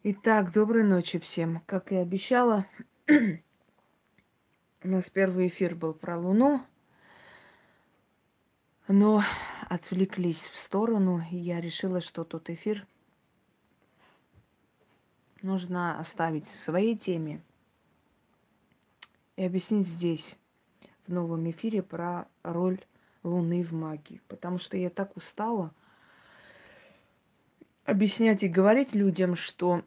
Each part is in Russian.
Итак, доброй ночи всем. Как и обещала, у нас первый эфир был про Луну, но отвлеклись в сторону, и я решила, что тот эфир нужно оставить в своей теме и объяснить здесь, в новом эфире, про роль Луны в магии. Потому что я так устала объяснять и говорить людям, что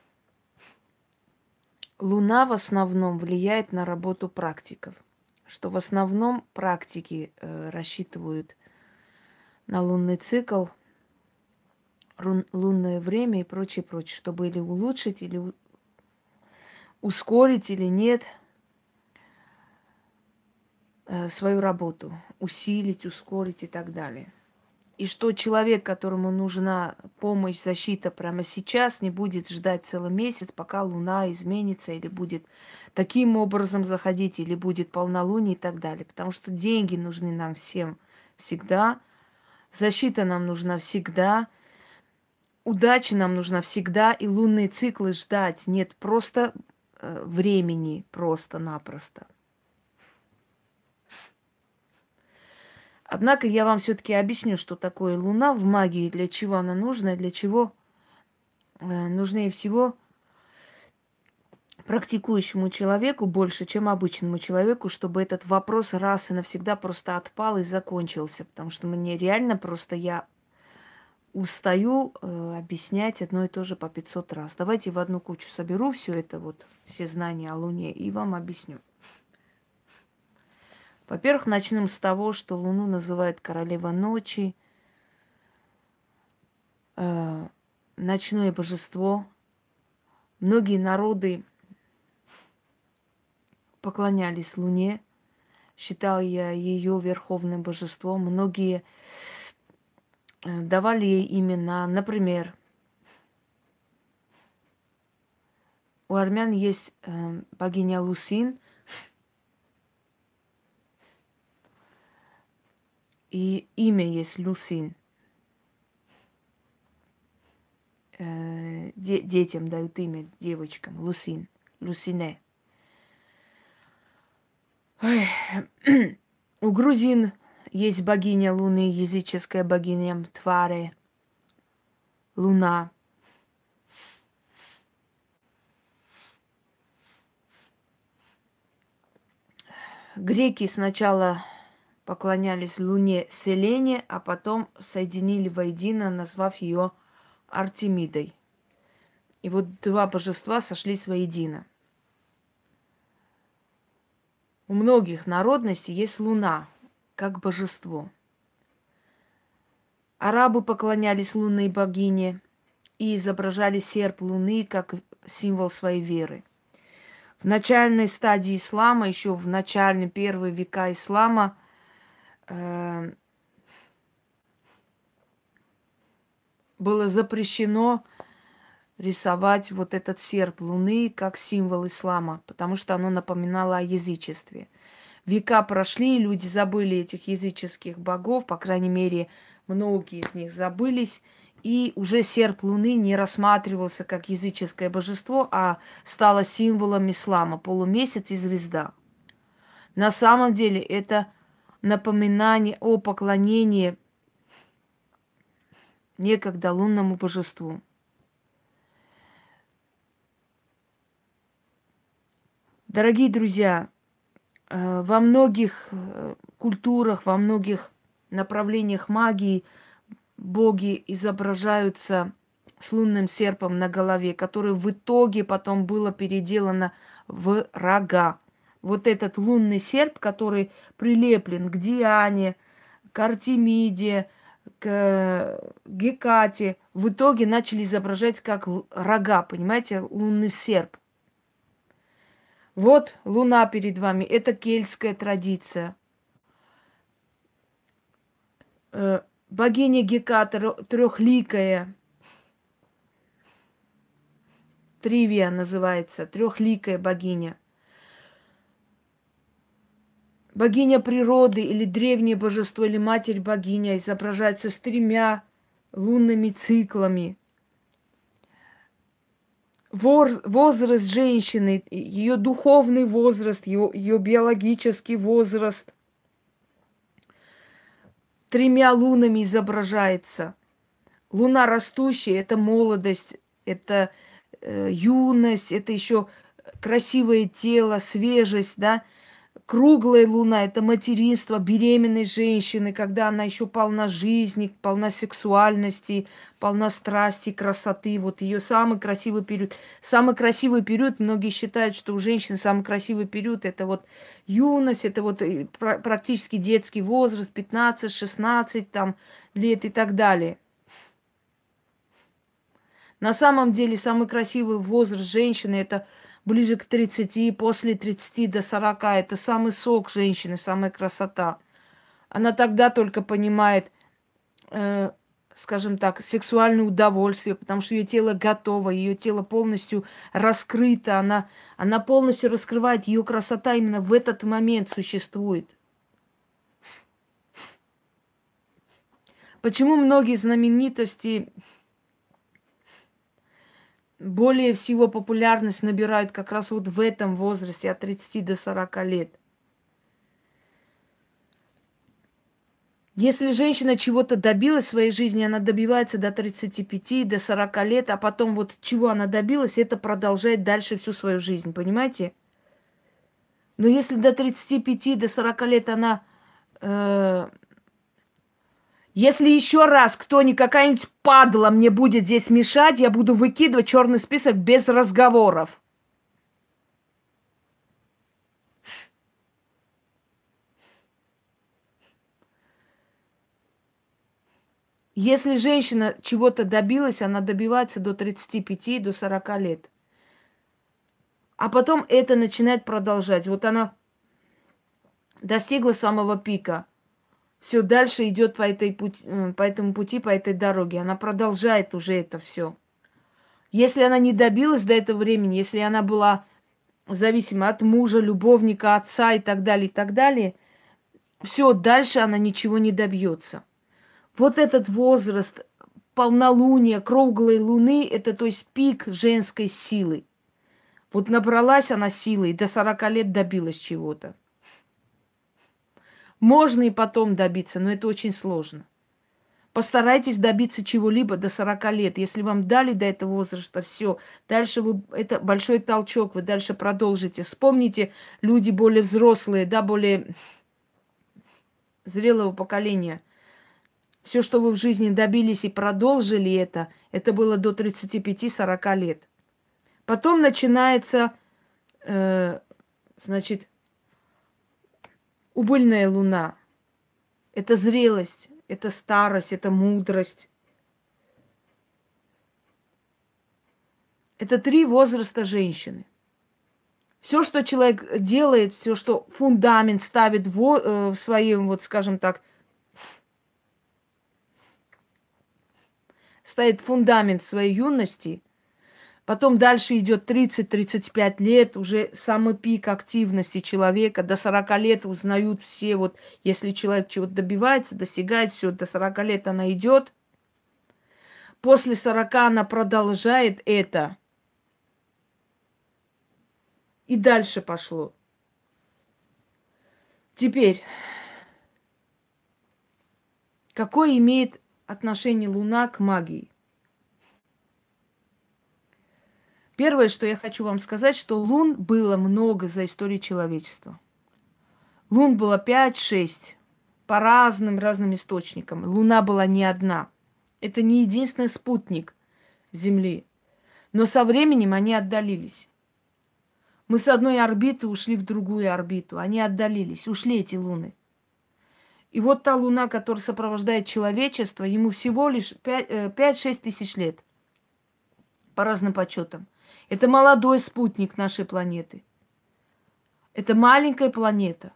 Луна в основном влияет на работу практиков, что в основном практики рассчитывают на лунный цикл, лунное время и прочее, прочее, чтобы или улучшить, или ускорить, или нет свою работу, усилить, ускорить и так далее. И что человек, которому нужна помощь, защита прямо сейчас, не будет ждать целый месяц, пока Луна изменится, или будет таким образом заходить, или будет полнолуние и так далее. Потому что деньги нужны нам всем всегда, защита нам нужна всегда, удача нам нужна всегда, и лунные циклы ждать нет просто времени, просто-напросто. Однако я вам все-таки объясню, что такое Луна в магии, для чего она нужна, для чего нужнее всего практикующему человеку больше, чем обычному человеку, чтобы этот вопрос раз и навсегда просто отпал и закончился. Потому что мне реально просто я устаю объяснять одно и то же по 500 раз. Давайте в одну кучу соберу все это, вот, все знания о Луне, и вам объясню. Во-первых, начнем с того, что Луну называют королева ночи, ночное божество. Многие народы поклонялись Луне, считал я ее верховным божеством. Многие давали ей имена. Например, у армян есть богиня Лусин, и имя есть Люсин. Детям дают имя, девочкам, Лусин, Люсине. Ой. У грузин есть богиня Луны, языческая богиня Тваре, Луна. Греки сначала поклонялись Луне Селене, а потом соединили воедино, назвав ее Артемидой. И вот два божества сошлись воедино. У многих народностей есть Луна как божество. Арабы поклонялись лунной богине и изображали серп Луны как символ своей веры. В начальной стадии ислама, еще в начальные первые века ислама, было запрещено рисовать вот этот серп Луны как символ ислама, потому что оно напоминало о язычестве. Века прошли, люди забыли этих языческих богов, по крайней мере, многие из них забылись, и уже серп Луны не рассматривался как языческое божество, а стало символом ислама, полумесяц и звезда. На самом деле это напоминание о поклонении некогда лунному божеству. Дорогие друзья, во многих культурах, во многих направлениях магии боги изображаются с лунным серпом на голове, который в итоге потом было переделано в рога. Вот этот лунный серп, который прилеплен к Диане, к Артемиде, к Гекате, в итоге начали изображать как рога, понимаете, лунный серп. Вот Луна перед вами. Это кельтская традиция. Богиня Геката, трехликая. Тривия называется. Трехликая богиня. Богиня природы или древнее божество, или матерь богиня изображается с 3 лунными циклами. возраст женщины, ее духовный возраст, ее биологический возраст тремя лунами изображается. Луна растущая – это молодость, это юность, это еще красивое тело, свежесть, да. Круглая луна – это материнство беременной женщины, когда она еще полна жизни, полна сексуальности, полна страсти, красоты. Вот ее самый красивый период. Самый красивый период, многие считают, что у женщин самый красивый период – это вот юность, это вот практически детский возраст, 15-16 там, лет и так далее. На самом деле самый красивый возраст женщины – это ближе к 30, после 30 до 40. Это самый сок женщины, самая красота. Она тогда только понимает, скажем так, сексуальное удовольствие, потому что ее тело готово, ее тело полностью раскрыто, она полностью раскрывает, ее красота именно в этот момент существует. Почему многие знаменитости более всего популярность набирают как раз вот в этом возрасте, от 30 до 40 лет? Если женщина чего-то добилась в своей жизни, она добивается до 35, до 40 лет, а потом вот чего она добилась, это продолжает дальше всю свою жизнь, понимаете? Но если до 35, до 40 лет она... если еще раз кто-нибудь, какая-нибудь падла мне будет здесь мешать, я буду выкидывать черный список без разговоров. Если женщина чего-то добилась, она добивается до 35, до 40 лет. А потом это начинает продолжать. Вот она достигла самого пика. Все дальше идет по этому пути, по этой дороге. Она продолжает уже это все. Если она не добилась до этого времени, если она была зависима от мужа, любовника, отца и так далее, все, дальше она ничего не добьется. Вот этот возраст полнолуния, круглой луны, это то есть пик женской силы. Вот набралась она силы и до 40 лет добилась чего-то. Можно и потом добиться, но это очень сложно. Постарайтесь добиться чего-либо до 40 лет. Если вам дали до этого возраста, все. Дальше это большой толчок, вы дальше продолжите. Вспомните, люди более взрослые, да, более зрелого поколения. Все, что вы в жизни добились и продолжили это было до 35-40 лет. Потом начинается, значит, убыльная луна. Это зрелость, это старость, это мудрость. Это 3 возраста женщины. Все, что человек делает, все, что фундамент ставит в своем, вот скажем так, ставит фундамент своей юности, потом дальше идет 30-35 лет, уже самый пик активности человека. До 40 лет узнают все, вот если человек чего-то добивается, достигает, все, до 40 лет она идет. После 40 она продолжает это. И дальше пошло. Теперь, какое имеет отношение Луна к магии? Первое, что я хочу вам сказать, что лун было много за историю человечества. Лун было 5-6 по разным источникам. Луна была не одна. Это не единственный спутник Земли. Но со временем они отдалились. Мы с одной орбиты ушли в другую орбиту. Они отдалились, ушли эти луны. И вот та луна, которая сопровождает человечество, ему всего лишь 5-6 тысяч лет. По разным подсчетам. Это молодой спутник нашей планеты. Это маленькая планета.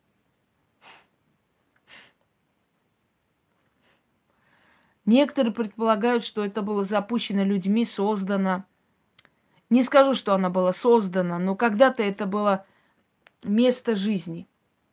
Некоторые предполагают, что это было запущено людьми, создано. Не скажу, что она была создана, но когда-то это было место жизни.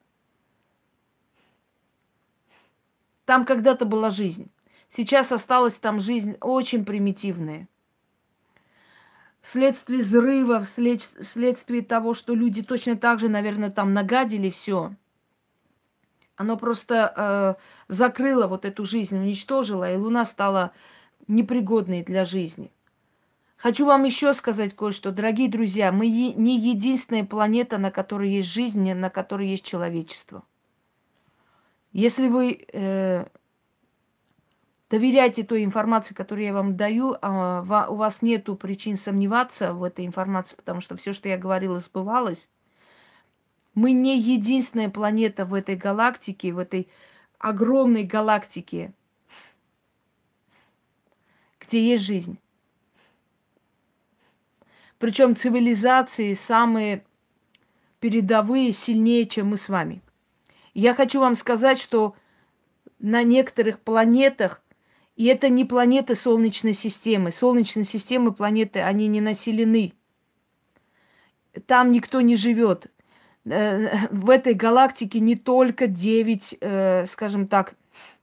Там когда-то была жизнь. Сейчас осталась там жизнь очень примитивная. вследствие взрыва, вследствие того, что люди точно так же, наверное, там нагадили все. Оно просто закрыло вот эту жизнь, уничтожило, и Луна стала непригодной для жизни. Хочу вам еще сказать кое-что, дорогие друзья. Мы не единственная планета, на которой есть жизнь, на которой есть человечество. Если вы доверяете той информации, которую я вам даю, у вас нет причин сомневаться в этой информации, потому что все, что я говорила, сбывалось. Мы не единственная планета в этой галактике, в этой огромной галактике, где есть жизнь. Причем цивилизации самые передовые, сильнее, чем мы с вами. Я хочу вам сказать, что на некоторых планетах, и это не планеты Солнечной системы, Солнечной системы планеты, они не населены. Там никто не живет. В этой галактике не только 9, скажем так,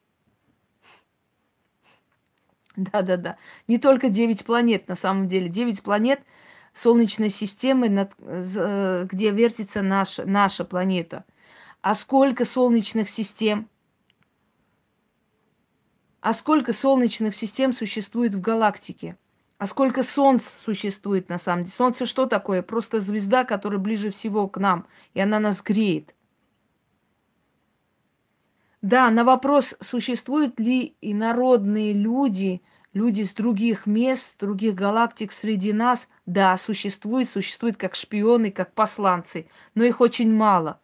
да-да-да, не только 9 планет на самом деле. 9 планет Солнечной системы, где вертится наша планета. А сколько солнечных систем? А сколько солнечных систем существует в галактике? А сколько солнц существует на самом деле? Солнце что такое? Просто звезда, которая ближе всего к нам, и она нас греет. Да, на вопрос, существуют ли инородные люди, люди с других мест, других галактик среди нас, да, существуют как шпионы, как посланцы, но их очень мало.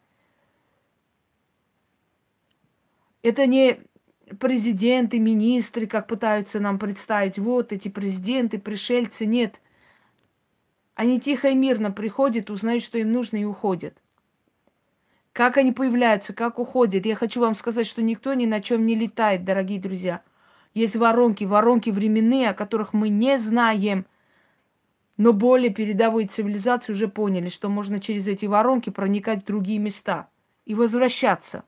Это не президенты, министры, как пытаются нам представить, вот эти президенты, пришельцы, нет. Они тихо и мирно приходят, узнают, что им нужно, и уходят. Как они появляются, как уходят. Я хочу вам сказать, что никто ни на чем не летает, дорогие друзья. Есть воронки временные, о которых мы не знаем. Но более передовые цивилизации уже поняли, что можно через эти воронки проникать в другие места и возвращаться.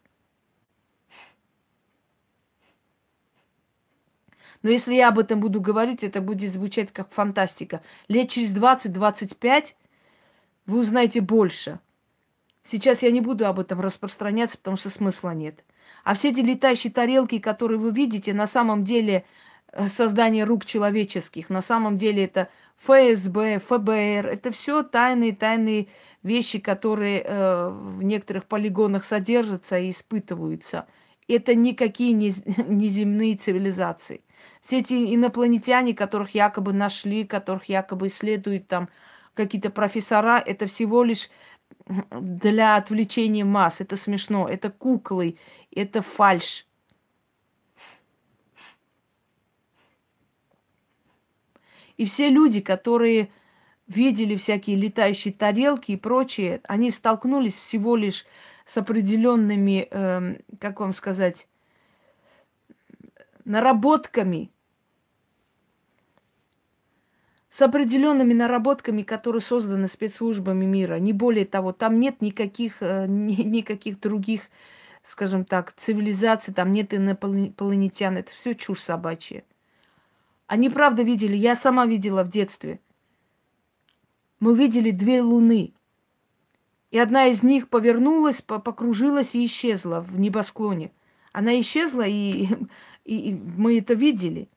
Но если я об этом буду говорить, это будет звучать как фантастика. Лет через 20-25 вы узнаете больше. Сейчас я не буду об этом распространяться, потому что смысла нет. А все эти летающие тарелки, которые вы видите, на самом деле создание рук человеческих, на самом деле это ФСБ, ФБР, это все тайные вещи, которые в некоторых полигонах содержатся и испытываются. Это никакие не земные цивилизации. Все эти инопланетяне, которых якобы нашли, которых якобы исследуют там какие-то профессора, это всего лишь для отвлечения масс. Это смешно. Это куклы. Это фальшь. И все люди, которые видели всякие летающие тарелки и прочее, они столкнулись всего лишь с определенными, как вам сказать, наработками, которые созданы спецслужбами мира. Не более того, там нет никаких других, скажем так, цивилизаций, там нет инопланетян. Это все чушь собачья. Они правда видели, я сама видела в детстве. Мы видели 2 луны. И одна из них повернулась, покружилась и исчезла в небосклоне. Она исчезла, и мы это видели.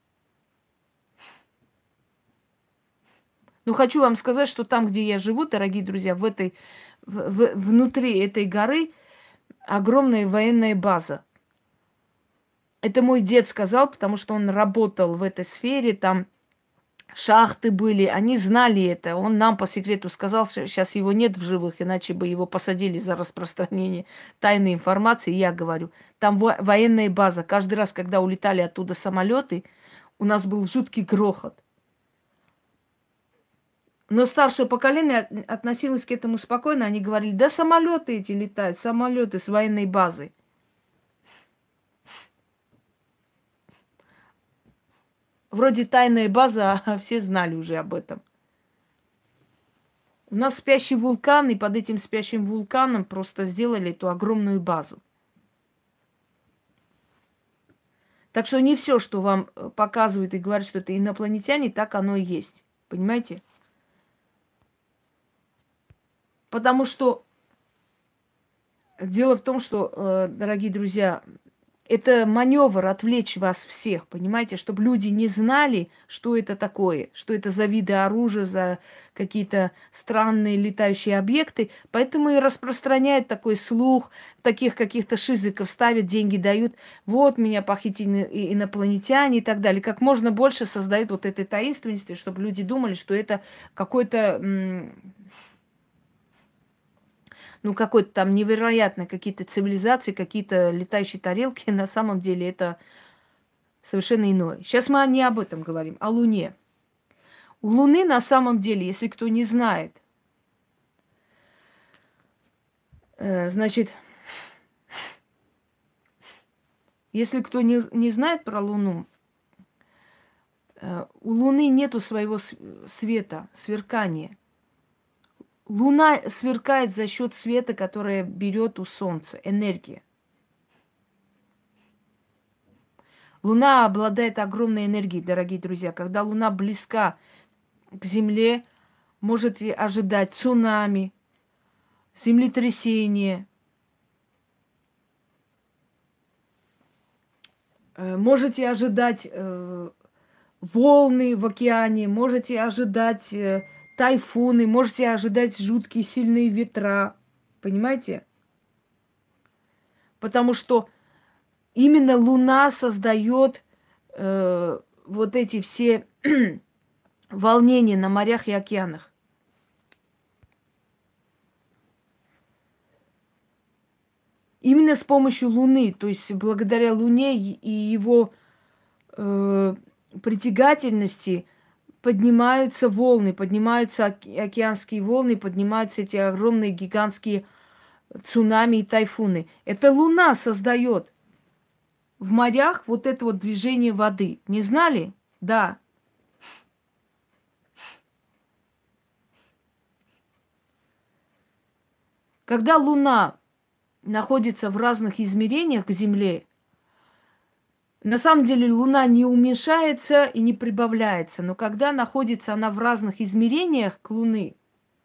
Но хочу вам сказать, что там, где я живу, дорогие друзья, внутри этой горы огромная военная база. Это мой дед сказал, потому что он работал в этой сфере, там шахты были, они знали это. Он нам по секрету сказал, что сейчас его нет в живых, иначе бы его посадили за распространение тайной информации. И я говорю, там военная база. Каждый раз, когда улетали оттуда самолеты, у нас был жуткий грохот. Но старшее поколение относилось к этому спокойно. Они говорили, да самолеты эти летают, самолеты с военной базы. Вроде тайная база, а все знали уже об этом. У нас спящий вулкан, и под этим спящим вулканом просто сделали эту огромную базу. Так что не все, что вам показывают и говорят, что это инопланетяне, так оно и есть. Понимаете? Потому что дело в том, что, дорогие друзья, это маневр отвлечь вас всех, понимаете, чтобы люди не знали, что это такое, что это за виды оружия, за какие-то странные летающие объекты. Поэтому и распространяют такой слух, таких каких-то шизиков ставят, деньги дают. Вот меня похитили инопланетяне и так далее. Как можно больше создают вот этой таинственности, чтобы люди думали, что это какой-то ну, какой-то там невероятной какие-то цивилизации, какие-то летающие тарелки. На самом деле это совершенно иное. Сейчас мы не об этом говорим, о Луне. У Луны на самом деле, если кто не знает, значит, если кто не знает про Луну, у Луны нету своего света, сверкания. Луна сверкает за счет света, которое берет у Солнца, энергия. Луна обладает огромной энергией, дорогие друзья. Когда Луна близка к Земле, можете ожидать цунами, землетрясение, можете ожидать волны в океане, можете ожидать тайфуны, можете ожидать жуткие сильные ветра. Понимаете? Потому что именно Луна создает вот эти все волнения на морях и океанах. Именно с помощью Луны, то есть благодаря Луне и его притягательности поднимаются волны, поднимаются океанские волны, поднимаются эти огромные гигантские цунами и тайфуны. Это Луна создает в морях вот это вот движение воды. Не знали? Да. Когда Луна находится в разных измерениях к Земле, на самом деле Луна не уменьшается и не прибавляется, но когда находится она в разных измерениях к Луны,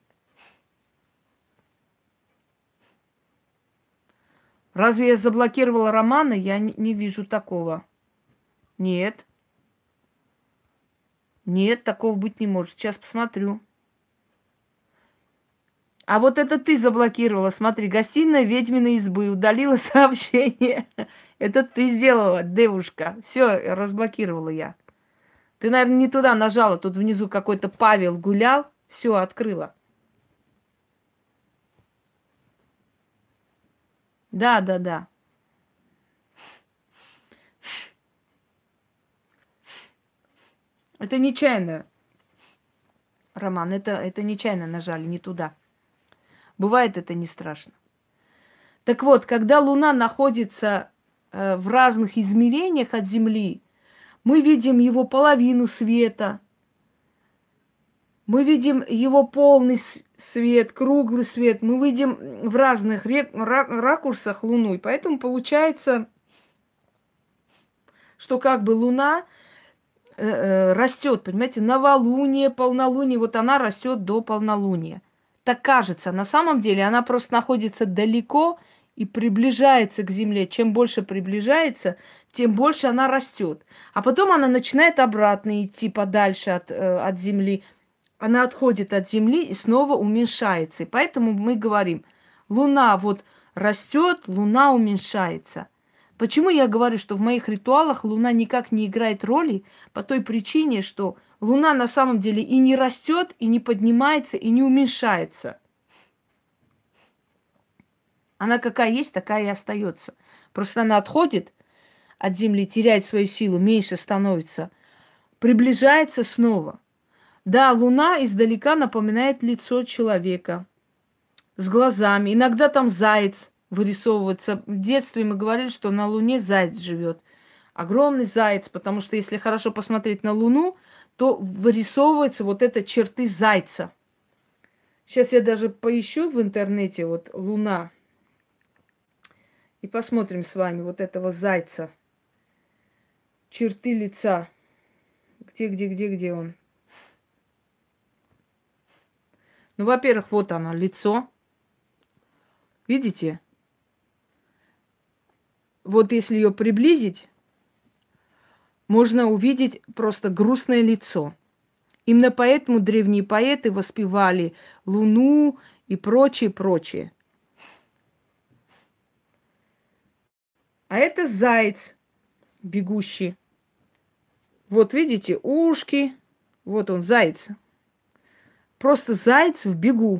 разве я заблокировала романы? Я не вижу такого. Нет. Нет, такого быть не может. Сейчас посмотрю. А вот это ты заблокировала. Смотри, гостиная ведьминой избы. Удалила сообщение. Это ты сделала, девушка. Все, разблокировала я. Ты, наверное, не туда нажала. Тут внизу какой-то Павел гулял. Все, открыла. Да, да, да. Это нечаянно, Роман. Это нечаянно нажали, не туда. Бывает, это не страшно. Так вот, когда Луна находится в разных измерениях от Земли, мы видим его половину света, мы видим его полный свет, круглый свет, мы видим в разных ракурсах Луну. И поэтому получается, что как бы Луна растет, понимаете, новолуние, полнолуние, вот она растет до полнолуния. Так кажется. На самом деле она просто находится далеко и приближается к Земле. Чем больше приближается, тем больше она растет. А потом она начинает обратно идти подальше от Земли. Она отходит от Земли и снова уменьшается. И поэтому мы говорим, Луна вот растет, Луна уменьшается. Почему я говорю, что в моих ритуалах Луна никак не играет роли? По той причине, что Луна на самом деле и не растет, и не поднимается, и не уменьшается. Она какая есть, такая и остается. Просто она отходит от Земли, теряет свою силу, меньше становится, приближается снова. Да, Луна издалека напоминает лицо человека с глазами. Иногда там заяц вырисовывается. В детстве мы говорили, что на Луне заяц живет. Огромный заяц, потому что если хорошо посмотреть на Луну, то вырисовываются вот это черты зайца. Сейчас я даже поищу в интернете вот Луна. И посмотрим с вами вот этого зайца. Черты лица. Где он? Ну, во-первых, вот оно, лицо. Видите? Вот если ее приблизить, можно увидеть просто грустное лицо. Именно поэтому древние поэты воспевали Луну и прочее, прочее. А это заяц бегущий. Вот видите, ушки. Вот он, заяц. Просто заяц в бегу.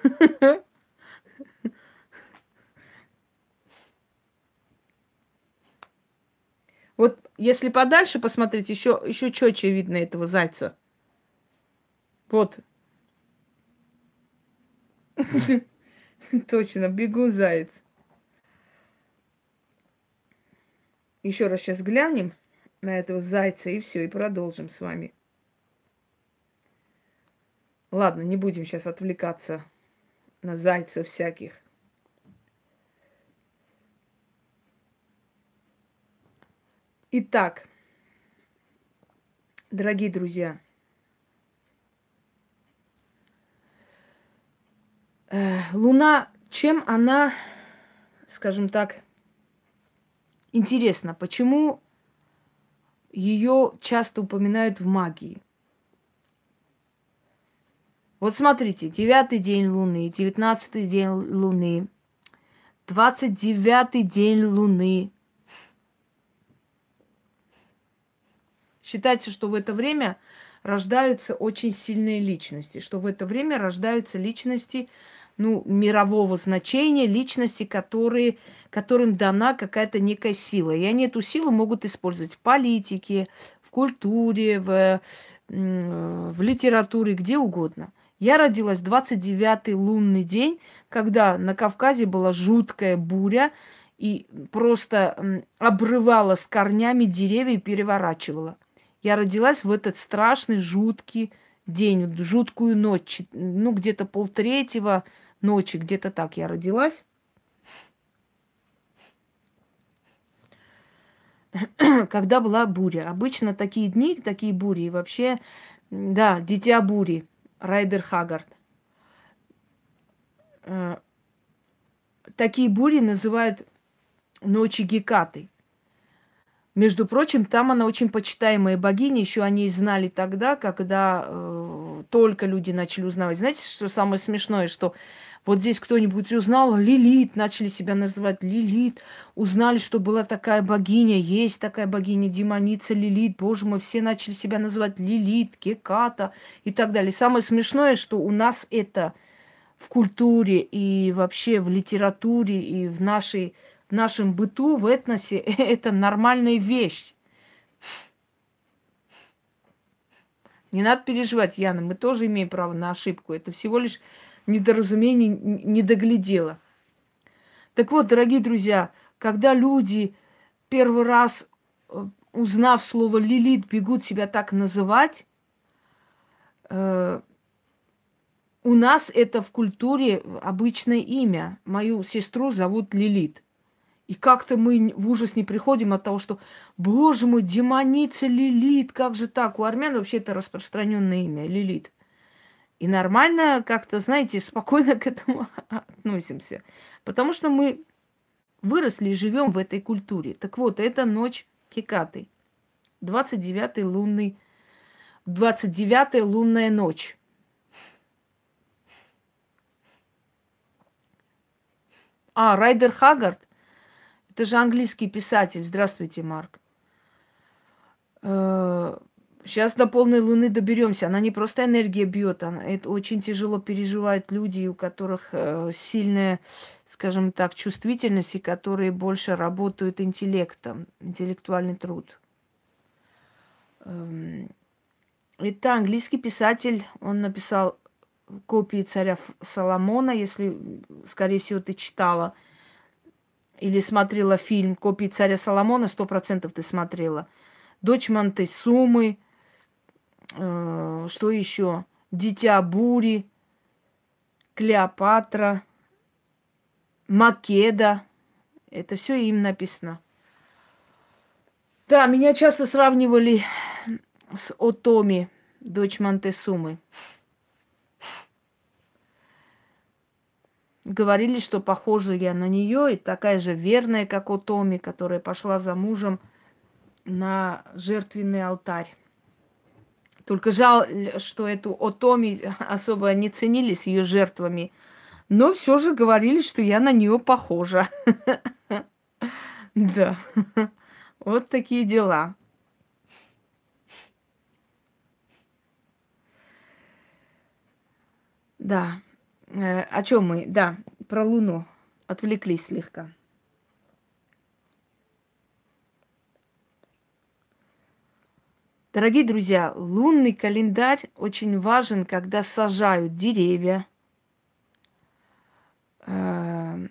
Вот если подальше посмотреть, еще четче видно этого зайца. Вот. Точно, бегун заяц. Еще раз сейчас глянем на этого зайца и все, и продолжим с вами. Ладно, не будем сейчас отвлекаться на зайцев всяких. Итак, дорогие друзья, Луна, чем она, скажем так, интересна? Почему ее часто упоминают в магии? Вот смотрите, 9-й день Луны, 19-й день Луны, 29-й день Луны. Считается, что в это время рождаются очень сильные личности, что в это время рождаются личности, мирового значения, личности, которым дана какая-то некая сила. И они эту силу могут использовать в политике, в культуре, в литературе, где угодно. Я родилась 29-й лунный день, когда на Кавказе была жуткая буря и просто обрывала с корнями деревья и переворачивала. Я родилась в этот страшный, жуткий день, жуткую ночь, где-то 2:30 ночи, где-то так я родилась. Когда была буря. Обычно такие дни, такие бури, и вообще, да, дитя бури, Райдер Хагард. Такие бури называют ночи Гекаты. Между прочим, там она очень почитаемая богиня. Еще о ней знали тогда, когда только люди начали узнавать. Знаете, что самое смешное, что вот здесь кто-нибудь узнал Лилит, начали себя называть Лилит, узнали, что была такая богиня, есть такая богиня, демоница Лилит, боже мой, все начали себя называть Лилит, Геката и так далее. Самое смешное, что у нас это в культуре и вообще в литературе и в нашем быту, в этносе, это нормальная вещь. Не надо переживать, Яна, мы тоже имеем право на ошибку. Это всего лишь недоразумение, не доглядела. Так вот, дорогие друзья, когда люди первый раз, узнав слово Лилит, бегут себя так называть, у нас это в культуре обычное имя. Мою сестру зовут Лилит. И как-то мы в ужас не приходим от того, что, боже мой, демоница Лилит, как же так? У армян вообще это распространенное имя, Лилит. И нормально как-то, знаете, спокойно к этому относимся. Потому что мы выросли и живем в этой культуре. Так вот, это ночь Гекаты. 29-й лунный, 29-я лунная ночь. Райдер Хагард. Это же английский писатель. Здравствуйте, Марк. Сейчас до полной луны доберемся. Она не просто энергия бьет, это очень тяжело переживают люди, у которых сильная, скажем так, чувствительность, и которые больше работают интеллектом, интеллектуальный труд. Это английский писатель, он написал копии царя Соломона, если, скорее всего, ты читала или смотрела фильм «Копии царя Соломона», 100% ты смотрела. «Дочь Монтесумы», что еще? «Дитя бури», «Клеопатра», «Македа». Это все им написано. Да, меня часто сравнивали с Отоми, дочь Монтесумы. говорили, что похожа я на нее и такая же верная, как Отоми, которая пошла за мужем на жертвенный алтарь. Только жаль, что эту Отоми особо не ценили с ее жертвами. Но все же говорили, что я на нее похожа. Да. Вот такие дела. Да. О чем мы? Да, про Луну. Отвлеклись слегка. Дорогие друзья, лунный календарь очень важен, когда сажают деревья, э,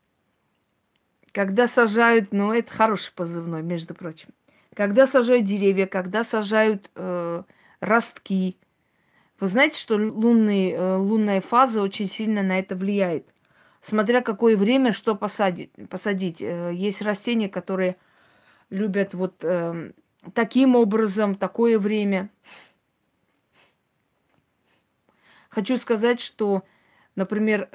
когда сажают, ну, это хороший позывной, между прочим. Когда сажают деревья, когда сажают ростки. Вы знаете, что лунная фаза очень сильно на это влияет. Смотря какое время, что посадить. Есть растения, которые любят вот таким образом, такое время. Хочу сказать, что, например,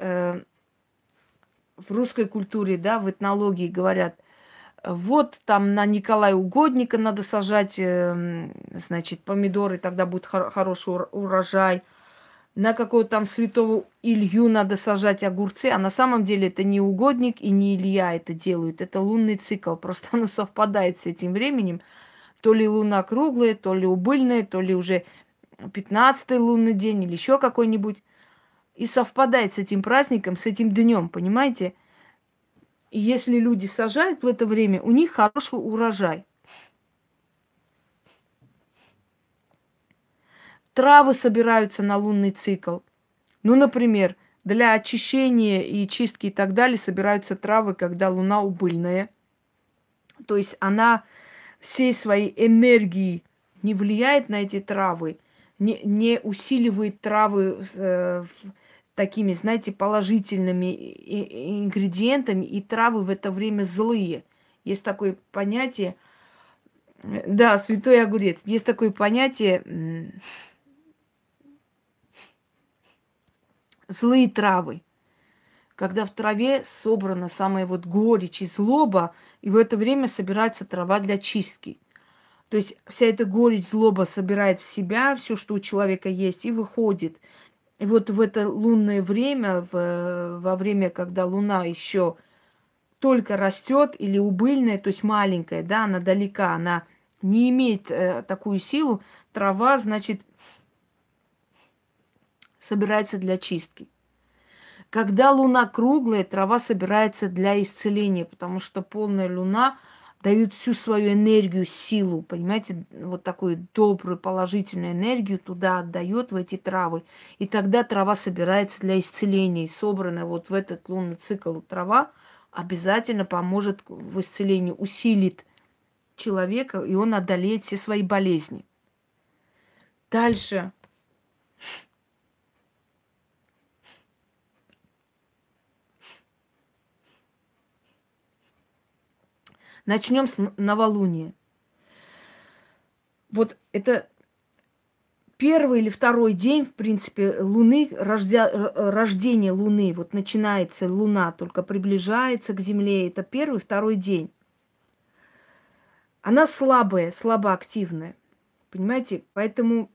в русской культуре, да, в этнологии говорят, вот там на Николая Угодника надо сажать, значит, помидоры, тогда будет хороший урожай. На какого-то там святого Илью надо сажать огурцы, а на самом деле это не угодник и не Илья это делают, это лунный цикл, просто оно совпадает с этим временем. То ли луна круглая, то ли убыльная, то ли уже 15-й лунный день или еще какой-нибудь. И совпадает с этим праздником, с этим днем, понимаете? И если люди сажают в это время, у них хороший урожай. Травы собираются на лунный цикл. Ну, например, для очищения и чистки и так далее собираются травы, когда луна убыльная. То есть она всей своей энергией не влияет на эти травы, не усиливает травы такими, знаете, положительными ингредиентами, и травы в это время злые. Есть такое понятие, да, святой огурец, есть такое понятие злые травы, когда в траве собрана самая вот горечь и злоба, и в это время собирается трава для чистки. То есть вся эта горечь, злоба собирает в себя все, что у человека есть, и выходит. И вот в это лунное время, во время, когда луна еще только растет или убыльная, то есть маленькая, да, она далека, она не имеет такую силу, трава, значит, собирается для чистки. Когда луна круглая, трава собирается для исцеления, потому что полная луна дает всю свою энергию, силу, понимаете, вот такую добрую, положительную энергию туда отдает, в эти травы. И тогда трава собирается для исцеления. И собранная вот в этот лунный цикл трава обязательно поможет в исцелении, усилит человека, и он одолеет все свои болезни. Дальше. Начнем с новолуния. Вот это первый или второй день, в принципе, Луны, рождение Луны. Вот начинается Луна, только приближается к Земле. Это первый, второй день. Она слабая, слабоактивная. Понимаете? Поэтому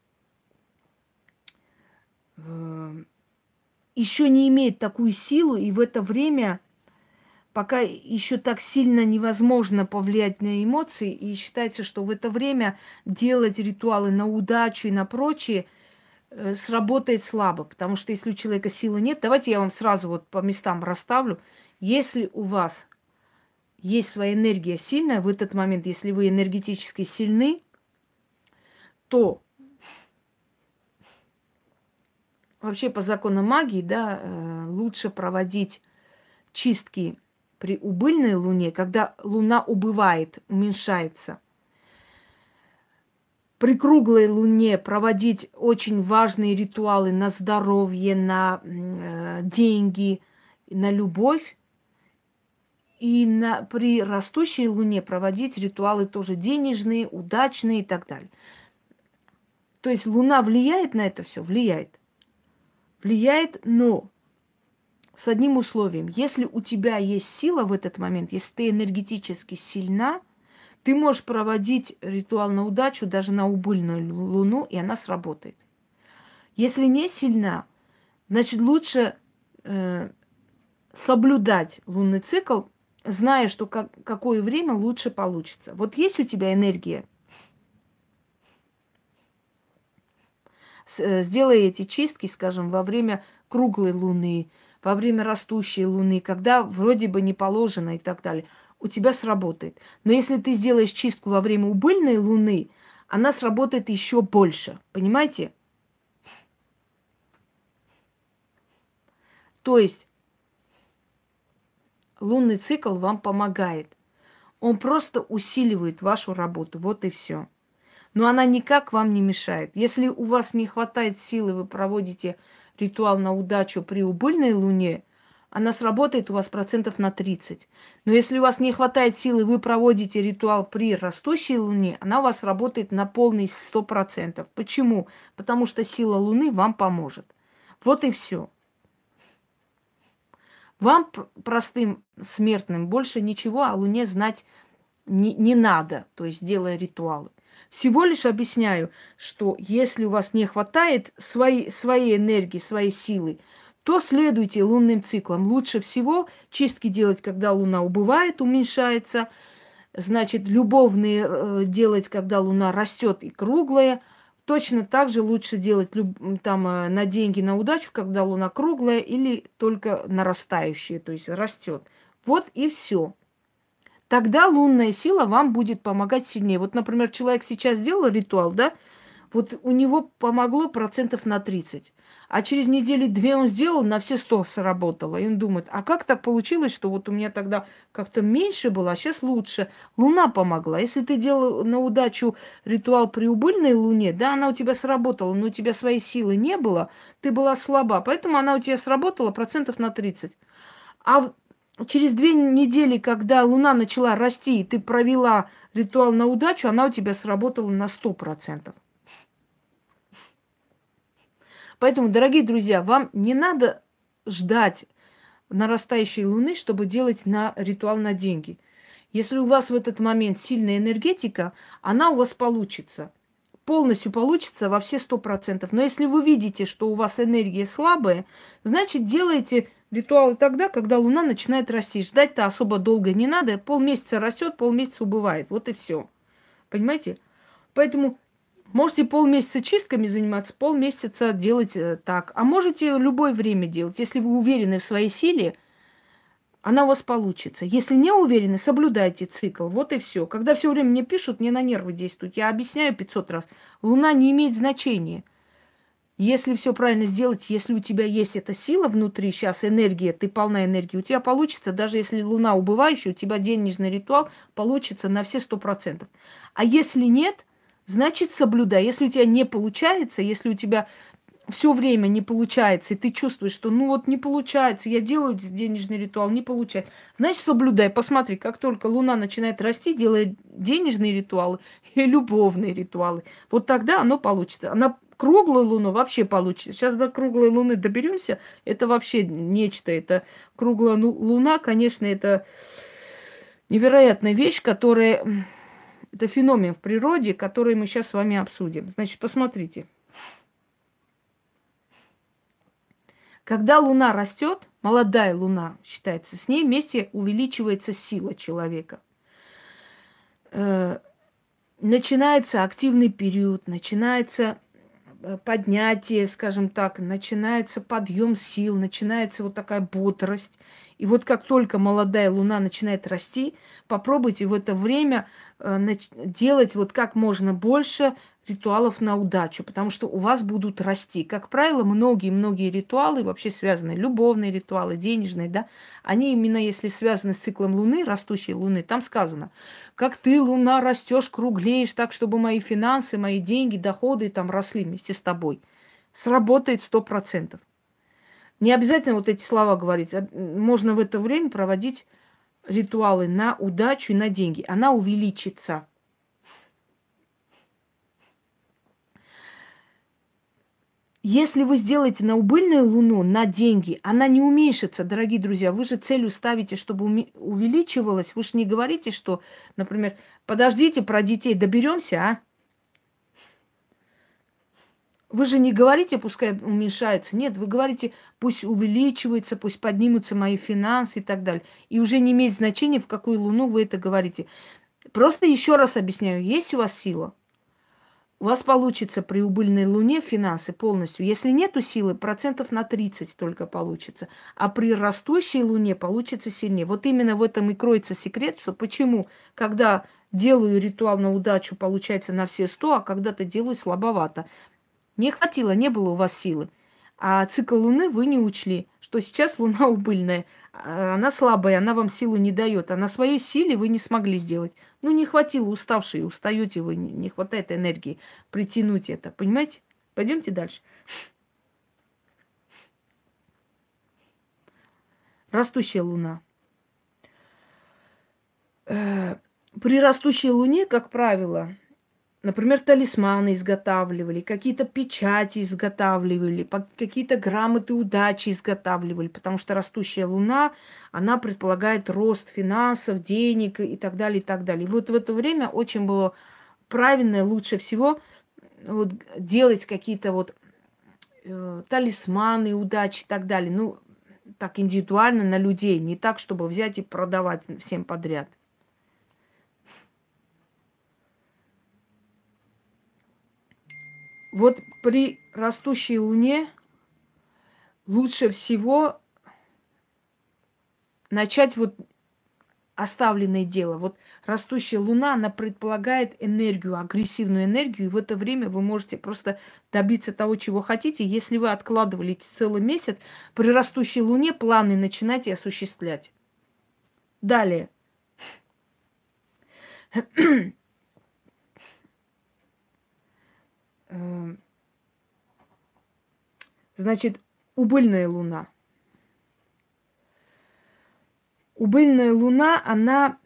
еще не имеет такую силу, и в это время пока еще так сильно невозможно повлиять на эмоции, и считается, что в это время делать ритуалы на удачу и на прочее сработает слабо. Потому что если у человека силы нет, давайте я вам сразу вот по местам расставлю. Если у вас есть своя энергия сильная, в этот момент, если вы энергетически сильны, то вообще по законам магии, да, лучше проводить чистки при убыльной луне, когда луна убывает, уменьшается. При круглой луне проводить очень важные ритуалы на здоровье, на деньги, на любовь. И при растущей луне проводить ритуалы тоже денежные, удачные и так далее. То есть луна влияет на это все? Влияет. Влияет, но с одним условием. Если у тебя есть сила в этот момент, если ты энергетически сильна, ты можешь проводить ритуал на удачу даже на убыльную луну, и она сработает. Если не сильна, значит лучше соблюдать лунный цикл, зная, что какое время лучше получится. Вот есть у тебя энергия, сделай эти чистки, скажем, во время круглой луны, во время растущей луны, когда вроде бы не положено и так далее. У тебя сработает. Но если ты сделаешь чистку во время убыльной луны, она сработает еще больше. Понимаете? То есть лунный цикл вам помогает. Он просто усиливает вашу работу. Вот и все. Но она никак вам не мешает. Если у вас не хватает силы, вы проводите ритуал на удачу при убыльной луне, она сработает у вас процентов на 30. Но если у вас не хватает силы, вы проводите ритуал при растущей луне, она у вас работает на полный 100%. Почему? Потому что сила луны вам поможет. Вот и все. Вам, простым смертным, больше ничего о луне знать не надо, то есть делая ритуалы. Всего лишь объясняю, что если у вас не хватает своей энергии, своей силы, то следуйте лунным циклам. Лучше всего чистки делать, когда луна убывает, уменьшается. Значит, любовные делать, когда луна растет и круглая. Точно так же лучше делать на деньги, на удачу, когда луна круглая или только нарастающая, то есть растет. Вот и все. Тогда лунная сила вам будет помогать сильнее. Вот, например, человек сейчас сделал ритуал, да, вот у него помогло процентов на 30. А через недели-две он сделал, на все 100 сработало. И он думает, а как так получилось, что вот у меня тогда как-то меньше было, а сейчас лучше. Луна помогла. Если ты делал на удачу ритуал при убыльной луне, да, она у тебя сработала, но у тебя своей силы не было, ты была слаба, поэтому она у тебя сработала процентов на 30. А через 2 недели, когда луна начала расти, и ты провела ритуал на удачу, она у тебя сработала на 100%. Поэтому, дорогие друзья, вам не надо ждать нарастающей луны, чтобы делать ритуал на деньги. Если у вас в этот момент сильная энергетика, она у вас получится. Полностью получится во все 100%. Но если вы видите, что у вас энергия слабая, значит, делайте ритуалы тогда, когда луна начинает расти. Ждать-то особо долго не надо. Полмесяца растет, полмесяца убывает. Вот и все. Понимаете? Поэтому можете полмесяца чистками заниматься, полмесяца делать так. А можете любое время делать. Если вы уверены в своей силе, она у вас получится. Если не уверены, соблюдайте цикл. Вот и все. Когда все время мне пишут, мне на нервы действуют. Я объясняю 500 раз. Луна не имеет значения. Если все правильно сделать, если у тебя есть эта сила внутри, сейчас энергия, ты полна энергии, у тебя получится, даже если луна убывающая, у тебя денежный ритуал получится на все 100%. А если нет, значит соблюдай. Если у тебя не получается, если у тебя все время не получается, и ты чувствуешь, что ну вот не получается, я делаю денежный ритуал, не получается, значит соблюдай. Посмотри, как только луна начинает расти, делай денежные ритуалы и любовные ритуалы. Вот тогда оно получится. На круглую луну вообще получится. Сейчас до круглой луны доберемся, это вообще нечто. Это круглая луна, конечно, это невероятная вещь, которая... Это феномен в природе, который мы сейчас с вами обсудим. Значит, посмотрите. Когда луна растет, молодая луна считается, с ней вместе увеличивается сила человека. Начинается активный период, начинается поднятие, скажем так, начинается подъем сил, начинается вот такая бодрость. И вот как только молодая луна начинает расти, попробуйте в это время делать вот как можно больше ритуалов на удачу, потому что у вас будут расти. Как правило, многие-многие ритуалы, вообще связанные, любовные ритуалы, денежные, да, они именно если связаны с циклом Луны, растущей Луны, там сказано, как ты, Луна, растешь, круглеешь так, чтобы мои финансы, мои деньги, доходы там росли вместе с тобой. Сработает 100%. Не обязательно вот эти слова говорить. Можно в это время проводить ритуалы на удачу и на деньги. Она увеличится. Если вы сделаете на убыльную луну, на деньги, она не уменьшится, дорогие друзья. Вы же целью ставите, чтобы увеличивалась. Вы же не говорите, что, например, подождите, про детей доберемся, а? Вы же не говорите, пускай уменьшается. Нет, вы говорите, пусть увеличивается, пусть поднимутся мои финансы и так далее. И уже не имеет значения, в какую луну вы это говорите. Просто еще раз объясняю, есть у вас сила, у вас получится при убыльной луне финансы полностью. Если нету силы, процентов на 30 только получится. А при растущей луне получится сильнее. Вот именно в этом и кроется секрет, что почему, когда делаю ритуал на удачу, получается на все 100, а когда-то делаю слабовато. Не хватило, не было у вас силы. А цикл Луны вы не учли, что сейчас Луна убыльная. Она слабая, она вам силу не дает. А на своей силе вы не смогли сделать. Ну, не хватило, уставшие, устаете вы, не хватает энергии притянуть это. Понимаете? Пойдемте дальше. Растущая Луна. При растущей Луне, как правило, например, талисманы изготавливали, какие-то печати изготавливали, какие-то грамоты удачи изготавливали, потому что растущая луна, она предполагает рост финансов, денег и так далее, и так далее. И вот в это время очень было правильно, лучше всего вот делать какие-то вот талисманы удачи и так далее. Ну, так индивидуально на людей, не так, чтобы взять и продавать всем подряд. Вот при растущей луне лучше всего начать вот оставленное дело. Вот растущая луна, она предполагает энергию, агрессивную энергию, и в это время вы можете просто добиться того, чего хотите. Если вы откладывали целый месяц, при растущей луне планы начинайте осуществлять. Далее. Значит, убыльная луна. Убыльная луна, она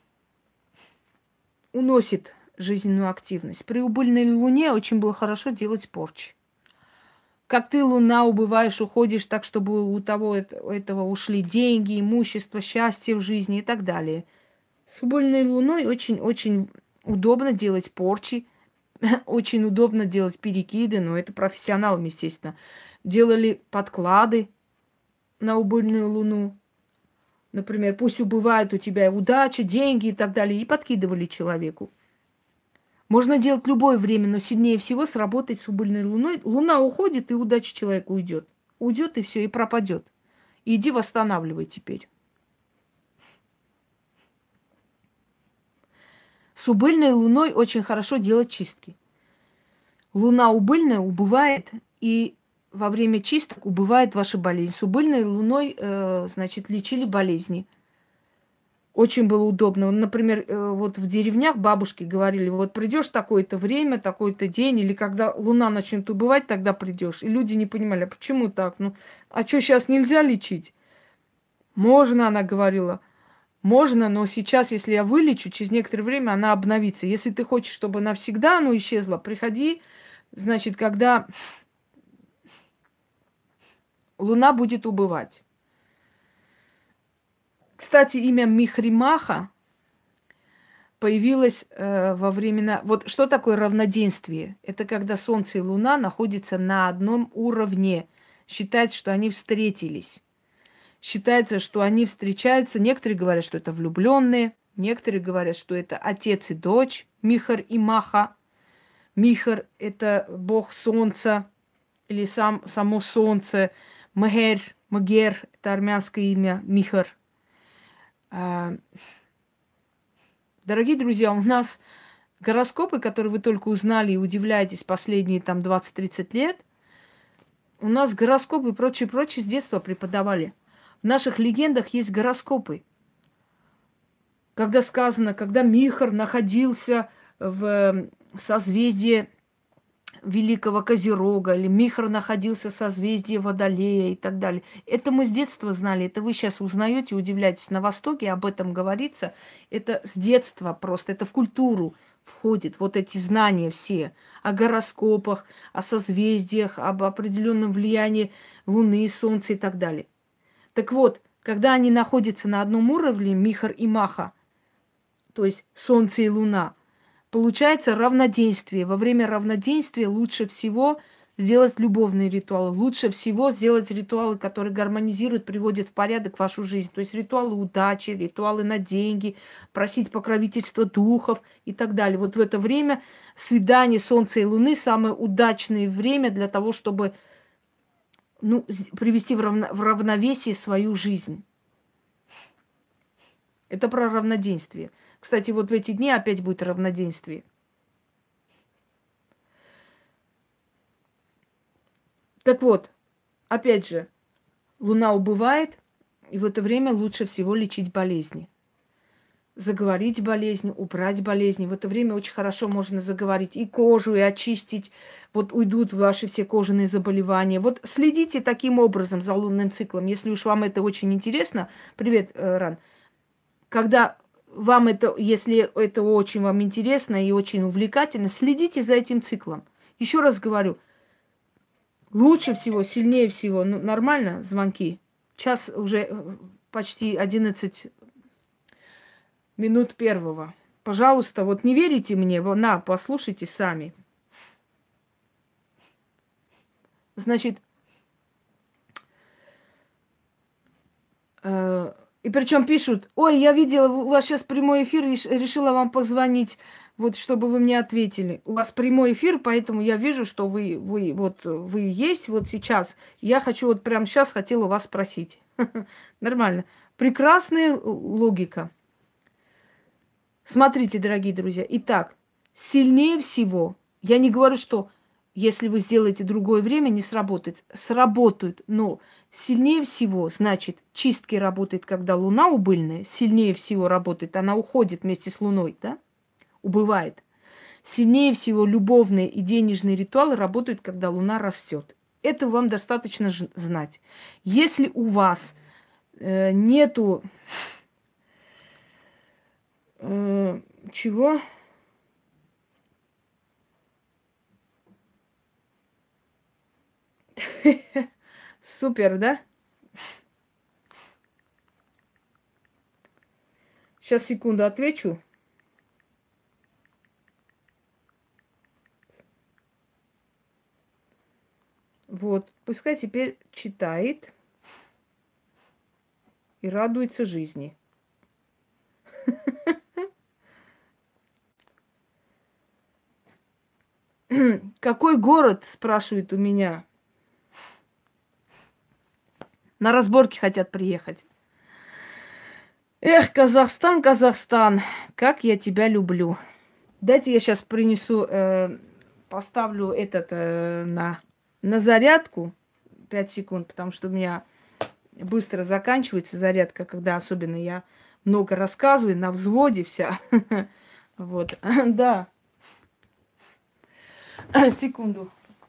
уносит жизненную активность. При убыльной луне очень было хорошо делать порчи. Как ты, луна, убываешь, уходишь так, чтобы у того этого ушли деньги, имущество, счастье в жизни и так далее. С убыльной луной очень-очень удобно делать порчи, очень удобно делать перекиды, но это профессионалам, естественно. Делали подклады на убыльную луну. Например, пусть убывает у тебя удача, деньги и так далее, и подкидывали человеку. Можно делать любое время, но сильнее всего сработать с убыльной луной. Луна уходит, и удача человека уйдет. Уйдет, и все, и пропадет. Иди восстанавливай теперь. С убыльной луной очень хорошо делать чистки. Луна убыльная убывает, и во время чисток убывает ваша болезнь. С убыльной луной, значит, лечили болезни. Очень было удобно. Например, вот в деревнях бабушки говорили, вот придешь такое-то время, такой-то день, или когда луна начнет убывать, тогда придешь. И люди не понимали, а почему так? Ну, а что, сейчас нельзя лечить? Можно, она говорила. Можно, но сейчас, если я вылечу, через некоторое время она обновится. Если ты хочешь, чтобы навсегда оно исчезло, приходи, значит, когда луна будет убывать. Кстати, имя Михримаха появилось во времена... Вот что такое равноденствие? Это когда Солнце и Луна находятся на одном уровне. Считается, что они встретились. Считается, что они встречаются. Некоторые говорят, что это влюбленные. Некоторые говорят, что это отец и дочь, Михар и Маха. Михар – это бог солнца или само солнце. Мгер – это армянское имя, Михар. Дорогие друзья, у нас гороскопы, которые вы только узнали и удивляетесь последние там 20-30 лет, у нас гороскопы и прочее с детства преподавали. В наших легендах есть гороскопы. Когда сказано, когда Михар находился в созвездии Великого Козерога, или Михар находился в созвездии Водолея и так далее. Это мы с детства знали, это вы сейчас узнаете, удивляетесь. На Востоке об этом говорится. Это с детства просто, это в культуру входит, вот эти знания все о гороскопах, о созвездиях, об определенном влиянии Луны, Солнца и так далее. Так вот, когда они находятся на одном уровне, Михар и Маха, то есть Солнце и Луна, получается равноденствие. Во время равноденствия лучше всего сделать любовные ритуалы. Лучше всего сделать ритуалы, которые гармонизируют, приводят в порядок вашу жизнь. То есть ритуалы удачи, ритуалы на деньги, просить покровительства духов и так далее. Вот в это время свидание Солнца и Луны самое удачное время для того, чтобы привести в равновесие свою жизнь. Это про равноденствие. Кстати, вот в эти дни опять будет равноденствие. Так вот, опять же, Луна убывает, и в это время лучше всего лечить болезни. Заговорить болезни, убрать болезни. В это время очень хорошо можно заговорить и кожу, и очистить. Вот уйдут ваши все кожаные заболевания. Вот следите таким образом за лунным циклом. Если уж вам это очень интересно. Привет, Ран. Когда вам это, если это очень вам интересно и очень увлекательно, следите за этим циклом. Еще раз говорю, лучше всего, сильнее всего, нормально звонки. Час уже почти 11 минут первого. Пожалуйста, вот не верите мне, послушайте сами. Значит, и причем пишут: ой, я видела, у вас сейчас прямой эфир, решила вам позвонить, вот чтобы вы мне ответили. У вас прямой эфир, поэтому я вижу, что вы есть вот сейчас. Я хочу вот прямо сейчас хотела вас спросить. Нормально. Прекрасная логика. Смотрите, дорогие друзья. Итак, сильнее всего, я не говорю, что если вы сделаете другое время, не сработает. Сработают, но сильнее всего, значит, чистки работает, когда Луна убыльная, сильнее всего работает, она уходит вместе с Луной, да, убывает. Сильнее всего любовные и денежные ритуалы работают, когда Луна растет. Это вам достаточно знать. Если у вас нету чего? Супер, да? Сейчас, секунду, отвечу. Вот, пускай теперь читает и радуется жизни. Какой город, спрашивает у меня. На разборки хотят приехать. Эх, Казахстан, Казахстан, как я тебя люблю. Дайте я сейчас принесу, поставлю этот на зарядку 5 секунд, потому что у меня быстро заканчивается зарядка, когда особенно я много рассказываю, на взводе вся. Вот, да. Секунду.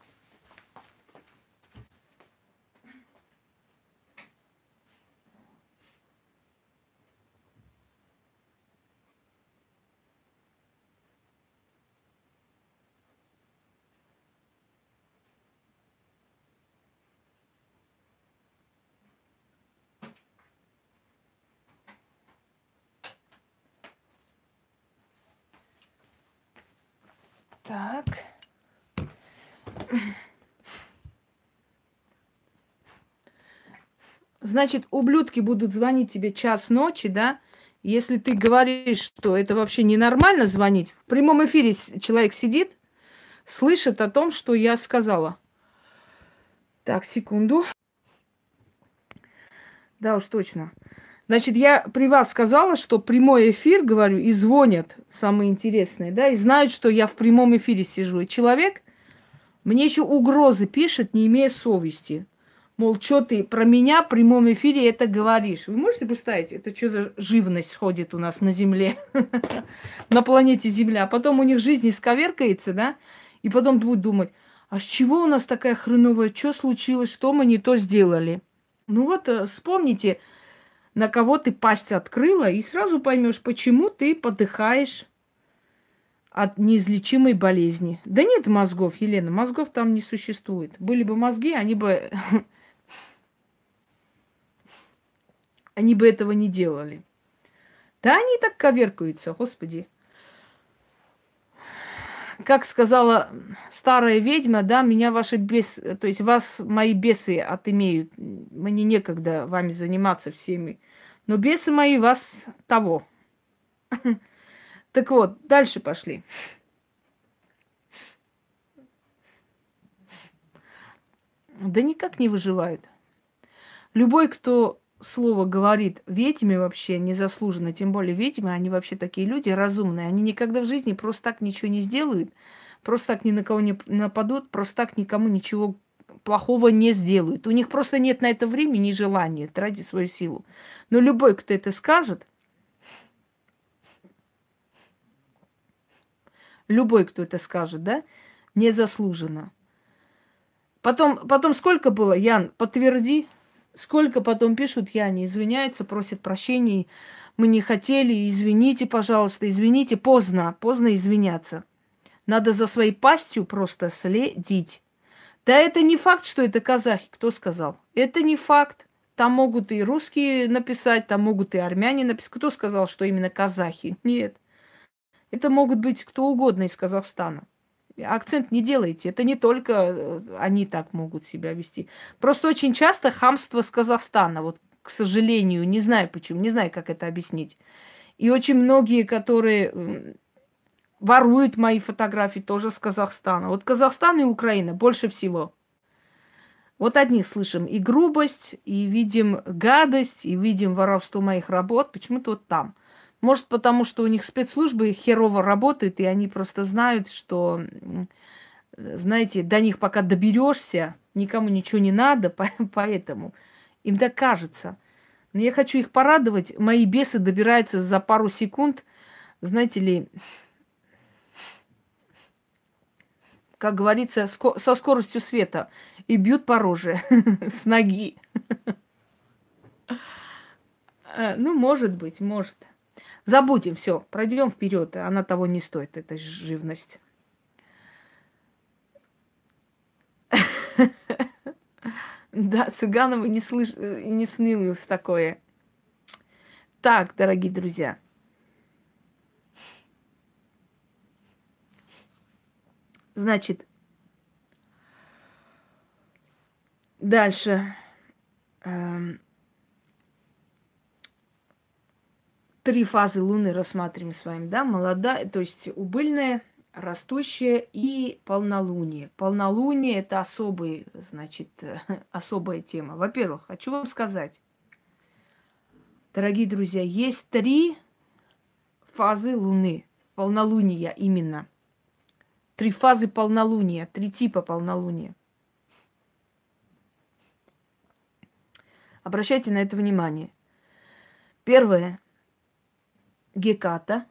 Так. Значит, ублюдки будут звонить тебе час ночи, да? Если ты говоришь, что это вообще ненормально звонить, в прямом эфире человек сидит, слышит о том, что я сказала. Так, секунду. Да уж точно. Значит, я при вас сказала, что прямой эфир, говорю, и звонят самые интересные, да, и знают, что я в прямом эфире сижу. И человек мне еще угрозы пишет, не имея совести. Мол, что ты про меня в прямом эфире это говоришь? Вы можете представить, это что за живность ходит у нас на Земле, на планете Земля. А потом у них жизнь исковеркается, да, и потом будут думать, а с чего у нас такая хреновая, что случилось, что мы не то сделали? Ну вот, вспомните, на кого ты пасть открыла, и сразу поймешь, почему ты подыхаешь от неизлечимой болезни. Да нет мозгов, Елена, мозгов там не существует. Были бы мозги, они бы этого не делали. Да они так коверкаются, господи. Как сказала старая ведьма, да, меня ваши бесы, то есть вас мои бесы отымеют. Мне некогда вами заниматься всеми. Но бесы мои вас того. Так вот, дальше пошли. Да никак не выживают. Любой, кто слово говорит ведьме вообще незаслуженно, тем более ведьмы, они вообще такие люди разумные. Они никогда в жизни просто так ничего не сделают, просто так ни на кого не нападут, просто так никому ничего плохого не сделают. У них просто нет на это времени и желания тратить свою силу. Но любой, кто это скажет, да, незаслуженно. Потом сколько было, Ян, подтверди, сколько потом пишут, Яне, извиняются, просят прощения, мы не хотели, извините, пожалуйста, извините, поздно извиняться. Надо за своей пастью просто следить. Да это не факт, что это казахи, кто сказал? Это не факт. Там могут и русские написать, там могут и армяне написать. Кто сказал, что именно казахи? Нет. Это могут быть кто угодно из Казахстана. Акцент не делайте. Это не только они так могут себя вести. Просто очень часто хамство с Казахстана. Вот, к сожалению, не знаю почему, не знаю, как это объяснить. И очень многие, которые воруют мои фотографии, тоже с Казахстана. Вот Казахстан и Украина больше всего. Вот одних слышим и грубость, и видим гадость, и видим воровство моих работ. Почему-то вот там. Может, потому что у них спецслужбы херово работают, и они просто знают, что, знаете, до них пока доберешься, никому ничего не надо, поэтому им так кажется. Но я хочу их порадовать. Мои бесы добираются за пару секунд, знаете ли, как говорится, со скоростью света. И бьют по роже с ноги. Ну, может быть, может. Забудем, все, пройдем вперед. Она того не стоит, эта живность. Да, Цыганова не снилось такое. Так, дорогие друзья. Значит, дальше. 3 фазы Луны рассматриваем с вами, да, молодая, то есть убыльная, растущая и полнолуние. Полнолуние – это особый, значит, особая тема. Во-первых, хочу вам сказать, дорогие друзья, есть 3 фазы Луны, полнолуния именно. 3 фазы полнолуния, 3 типа полнолуния. Обращайте на это внимание. Первое – Геката.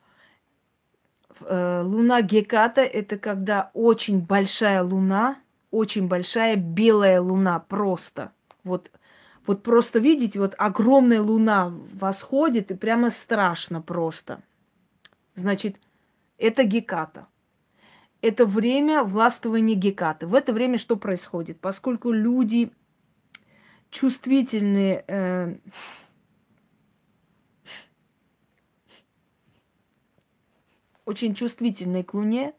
Луна Геката – это когда очень большая луна, очень большая белая луна просто. Вот просто видите, вот огромная луна восходит, и прямо страшно просто. Значит, это Геката. Это время властвования Гекаты. В это время что происходит? Поскольку люди чувствительные, очень чувствительные к Луне,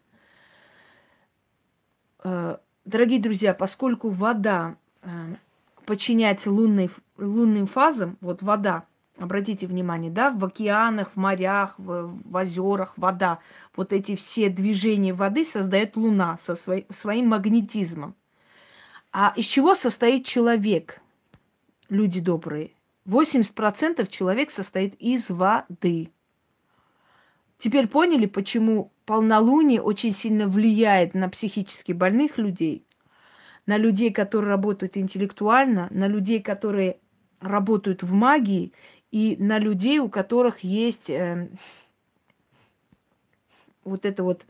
дорогие друзья, поскольку вода подчиняется лунным фазам, вот вода, обратите внимание, да, в океанах, в морях, в озерах вода, вот эти все движения воды создает Луна со своим магнетизмом. А из чего состоит человек, люди добрые? 80% человек состоит из воды. Теперь поняли, почему полнолуние очень сильно влияет на психически больных людей, на людей, которые работают интеллектуально, на людей, которые работают в магии, и на людей, у которых есть вот это вот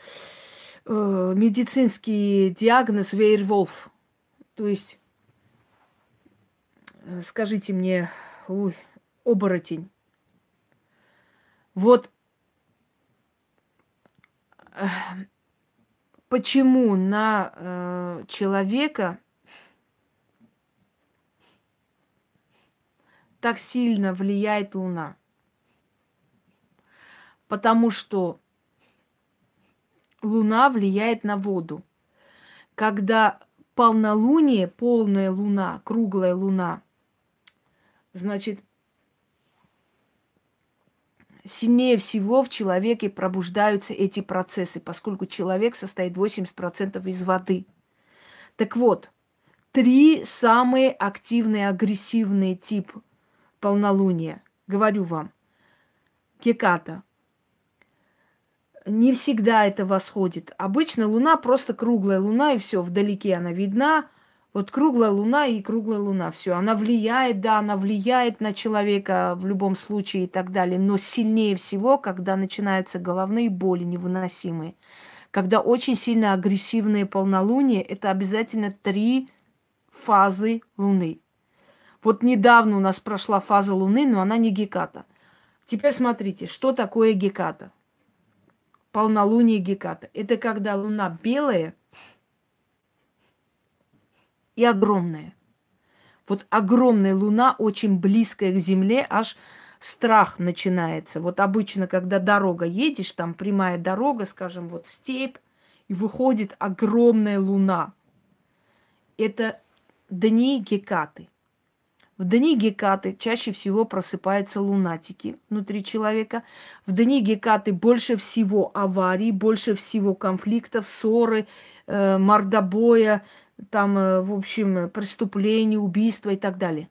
медицинский диагноз Вейервольф. То есть, скажите мне, оборотень. Вот почему на человека так сильно влияет Луна? Потому что Луна влияет на воду. Когда полнолуние, полная Луна, круглая Луна, значит, сильнее всего в человеке пробуждаются эти процессы, поскольку человек состоит 80% из воды. Так вот, 3 самые активные, агрессивные типа полнолуния. Говорю вам. Геката. Не всегда это восходит. Обычно Луна просто круглая Луна, и все, вдалеке она видна. Вот круглая Луна и круглая Луна. Все, она влияет, да, она влияет на человека в любом случае и так далее. Но сильнее всего, когда начинаются головные боли невыносимые. Когда очень сильно агрессивные полнолуния, это обязательно 3 фазы Луны. Вот недавно у нас прошла фаза Луны, но она не Геката. Теперь смотрите, что такое Геката. Полнолуние Геката. Это когда Луна белая и огромная. Вот огромная Луна, очень близкая к Земле, аж страх начинается. Вот обычно, когда дорога едешь, там прямая дорога, скажем, вот степь, и выходит огромная Луна. Это дни Гекаты. В дни Гекаты чаще всего просыпаются лунатики внутри человека. В дни Гекаты больше всего аварий, больше всего конфликтов, ссоры, мордобоя, там, в общем, преступлений, убийства и так далее.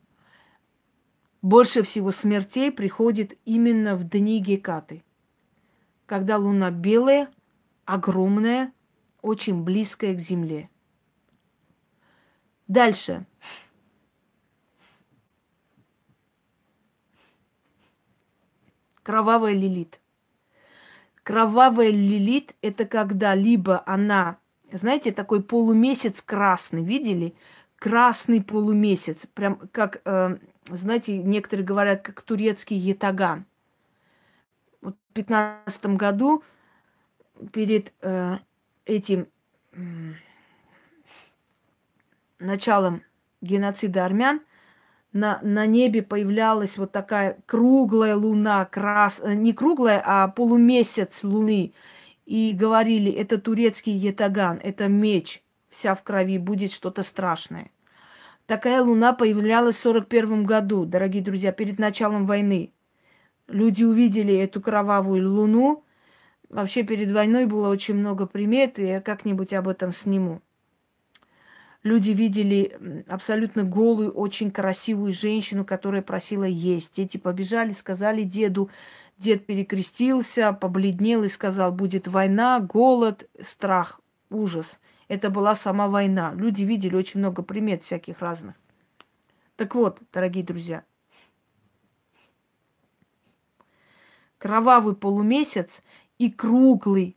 Больше всего смертей приходит именно в дни Гекаты, когда Луна белая, огромная, очень близкая к Земле. Дальше. Кровавая Лилит. Кровавая Лилит – это когда либо она, знаете, такой полумесяц красный, видели? Красный полумесяц, прям как, знаете, некоторые говорят, как турецкий ятаган. Вот в 2015 году перед этим началом геноцида армян на небе появлялась вот такая круглая луна, не круглая, а полумесяц луны. И говорили, это турецкий ятаган, это меч, вся в крови, будет что-то страшное. Такая луна появлялась в 1941 году, дорогие друзья, перед началом войны. Люди увидели эту кровавую луну. Вообще перед войной было очень много примет, и я как-нибудь об этом сниму. Люди видели абсолютно голую, очень красивую женщину, которая просила есть. Дети побежали, сказали деду. Дед перекрестился, побледнел и сказал, будет война, голод, страх, ужас. Это была сама война. Люди видели очень много примет всяких разных. Так вот, дорогие друзья, кровавый полумесяц и круглая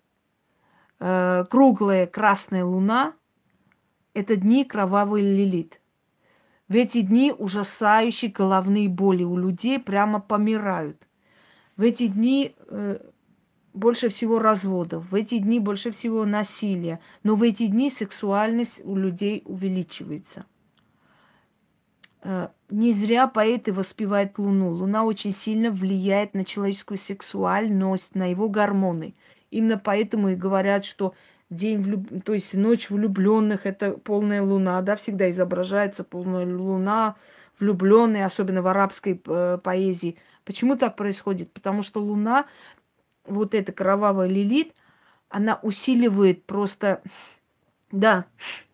красная луна – это дни кровавой Лилит. В эти дни ужасающие головные боли у людей прямо помирают. В эти дни больше всего разводов, в эти дни больше всего насилия. Но в эти дни сексуальность у людей увеличивается. Не зря поэты воспевают Луну. Луна очень сильно влияет на человеческую сексуальность, на его гормоны. Именно поэтому и говорят, что то есть ночь влюбленных это полная луна, да, всегда изображается полная луна, влюбленные, особенно в арабской поэзии. Почему так происходит? Потому что луна, вот эта кровавая Лилит, она усиливает просто, да,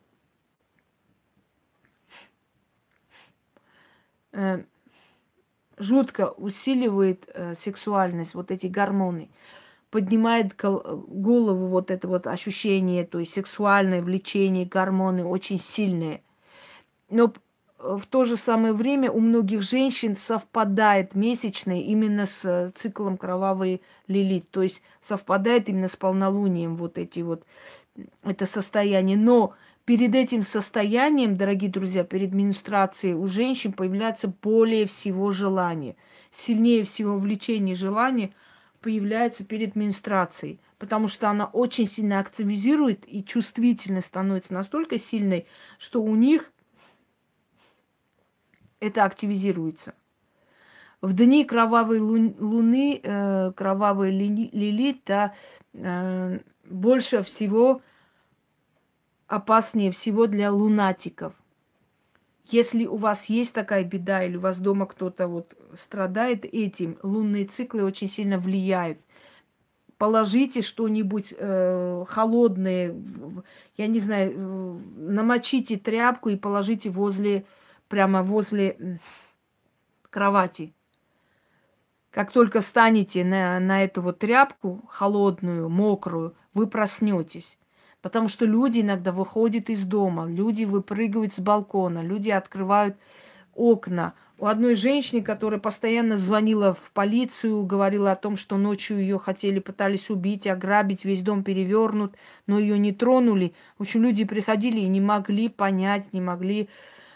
жутко усиливает сексуальность, вот эти гормоны. Поднимает голову вот это вот ощущение, то есть сексуальное влечение, гормоны очень сильные. Но в то же самое время у многих женщин совпадает месячное именно с циклом кровавой Лилит. То есть совпадает именно с полнолунием вот эти вот, это состояние. Но перед этим состоянием, дорогие друзья, перед менструацией у женщин появляется более всего желание. Сильнее всего влечение и желание появляется перед менструацией. потому что она очень сильно активизирует и чувствительность становится настолько сильной, что у них это активизируется. В дни кровавой луны, кровавой Лилит, да, больше всего опаснее всего для лунатиков. Если у вас есть такая беда, или у вас дома кто-то вот страдает этим, лунные циклы очень сильно влияют. Положите что-нибудь холодное, я не знаю, намочите тряпку и положите прямо возле кровати. Как только встанете на эту вот тряпку холодную, мокрую, вы проснетесь. Потому что люди иногда выходят из дома, люди выпрыгивают с балкона, люди открывают окна. У одной женщины, которая постоянно звонила в полицию, говорила о том, что ночью ее пытались убить, ограбить, весь дом перевернут, но ее не тронули. В общем, люди приходили и не могли понять, не могли,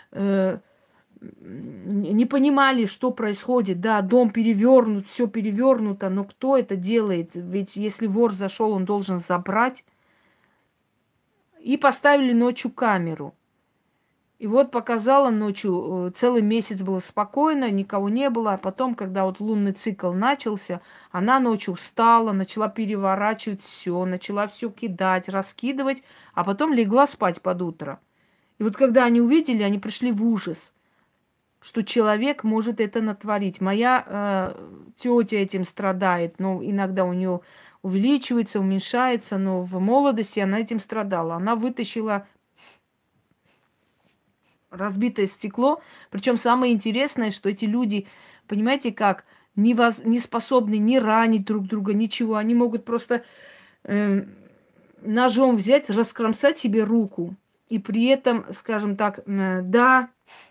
не понимали, что происходит. Да, дом перевернут, все перевернуто, но кто это делает? Ведь если вор зашел, он должен забрать. И поставили ночью камеру. И вот показала ночью, целый месяц было спокойно, никого не было. А потом, когда вот лунный цикл начался, она ночью встала, начала переворачивать все, начала все кидать, раскидывать, а потом легла спать под утро. И вот когда они увидели, они пришли в ужас, что человек может это натворить. Моя тетя этим страдает, но иногда у нее увеличивается, уменьшается, но в молодости она этим страдала. Она вытащила разбитое стекло. Причем самое интересное, что эти люди, понимаете, как не способны ни ранить друг друга, ничего. Они могут просто ножом взять, раскромсать себе руку. И при этом, скажем так, да,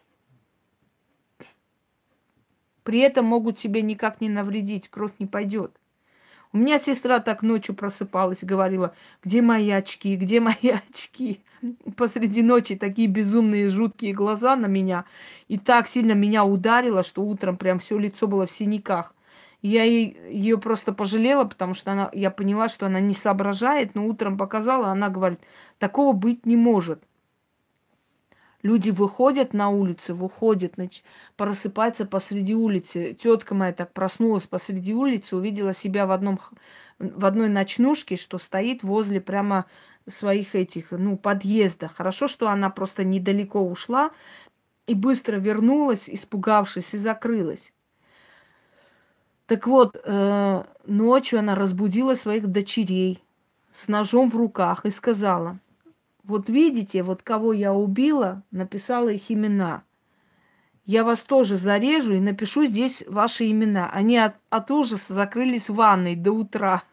при этом могут себе никак не навредить, кровь не пойдет. У меня сестра так ночью просыпалась и говорила: где мои очки, где мои очки? Посреди ночи такие безумные, жуткие глаза на меня. И так сильно меня ударило, что утром прям все лицо было в синяках. И я ее просто пожалела, потому что я поняла, что она не соображает, но утром показала, она говорит: такого быть не может. Люди выходят на улицу, просыпаются посреди улицы. Тетка моя так проснулась посреди улицы, увидела себя в одной ночнушке, что стоит возле прямо своих подъезда. Хорошо, что она просто недалеко ушла и быстро вернулась, испугавшись, и закрылась. Так вот, ночью она разбудила своих дочерей с ножом в руках и сказала: вот видите, вот кого я убила, написала их имена. Я вас тоже зарежу и напишу здесь ваши имена. Они от ужаса закрылись в ванной до утра.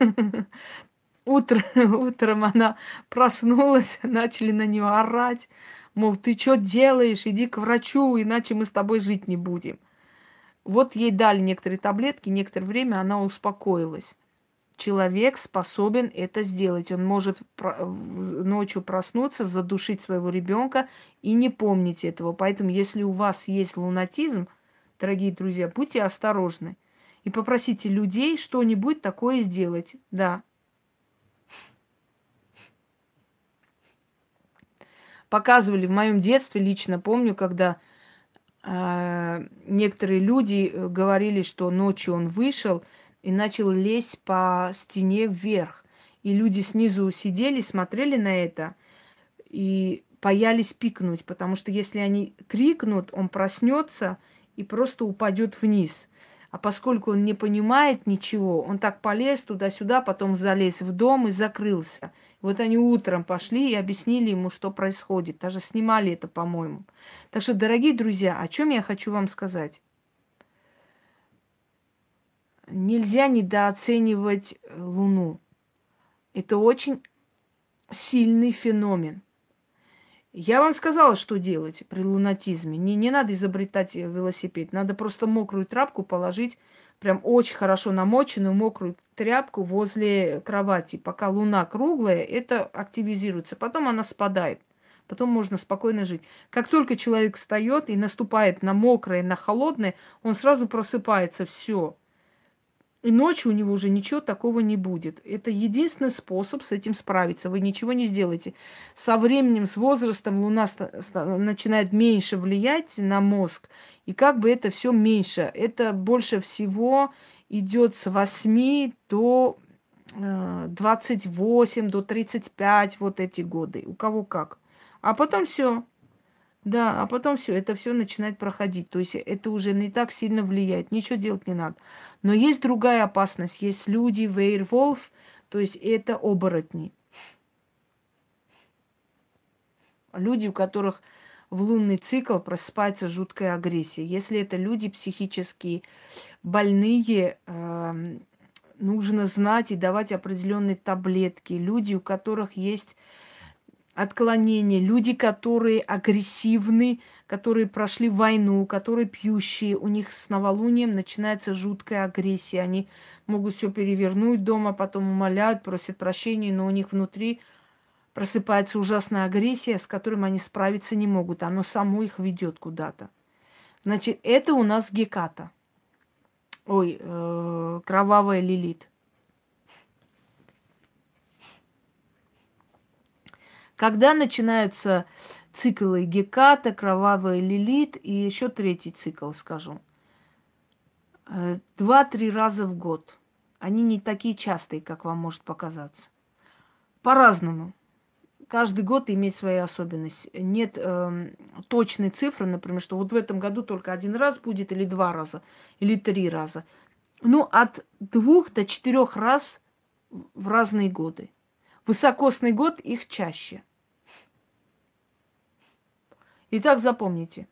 Утром она проснулась, начали на нее орать. Мол, ты что делаешь? Иди к врачу, иначе мы с тобой жить не будем. Вот ей дали некоторые таблетки, некоторое время она успокоилась. Человек способен это сделать. Он может ночью проснуться, задушить своего ребенка и не помнить этого. Поэтому, если у вас есть лунатизм, дорогие друзья, будьте осторожны. И попросите людей что-нибудь такое сделать. Да. Показывали в моем детстве, лично помню, когда некоторые люди говорили, что ночью он вышел и начал лезть по стене вверх. И люди снизу сидели, смотрели на это и боялись пикнуть, потому что если они крикнут, он проснется и просто упадет вниз. А поскольку он не понимает ничего, он так полез туда-сюда, потом залез в дом и закрылся. Вот они утром пошли и объяснили ему, что происходит. Даже снимали это, по-моему. Так что, дорогие друзья, о чем я хочу вам сказать? Нельзя недооценивать Луну. Это очень сильный феномен. Я вам сказала, что делать при лунатизме. Не надо изобретать велосипед. Надо просто мокрую тряпку положить, прям очень хорошо намоченную мокрую тряпку возле кровати. Пока луна круглая, это активизируется. Потом она спадает. Потом можно спокойно жить. Как только человек встает и наступает на мокрое, на холодное, он сразу просыпается. Все. И ночью у него уже ничего такого не будет. Это единственный способ с этим справиться. Вы ничего не сделаете. Со временем, с возрастом Луна начинает меньше влиять на мозг. И как бы это все меньше. Это больше всего идет с 8 до 28, до 35, вот эти годы. У кого как. А потом все. Да, а потом все, это все начинает проходить. То есть это уже не так сильно влияет. Ничего делать не надо. Но есть другая опасность. Есть люди, вейрволф, то есть это оборотни. Люди, у которых в лунный цикл просыпается жуткая агрессия. Если это люди психически больные, нужно знать и давать определенные таблетки. Люди, у которых есть отклонения, люди, которые агрессивны, которые прошли войну, которые пьющие, у них с новолунием начинается жуткая агрессия. Они могут все перевернуть дома, потом умоляют, просят прощения, но у них внутри просыпается ужасная агрессия, с которой они справиться не могут. Оно само их ведет куда-то. Значит, это у нас Геката. Ой, кровавая Лилит. Когда начинаются циклы Геката, кровавая Лилит и еще третий цикл, скажу. 2-3 раза в год. Они не такие частые, как вам может показаться. По-разному. Каждый год имеет свои особенности. Нет точной цифры, например, что вот в этом году только 1 раз будет, или 2 раза, или 3 раза. Ну, от 2 до 4 раз в разные годы. Высокосный год их чаще. Итак, запомните.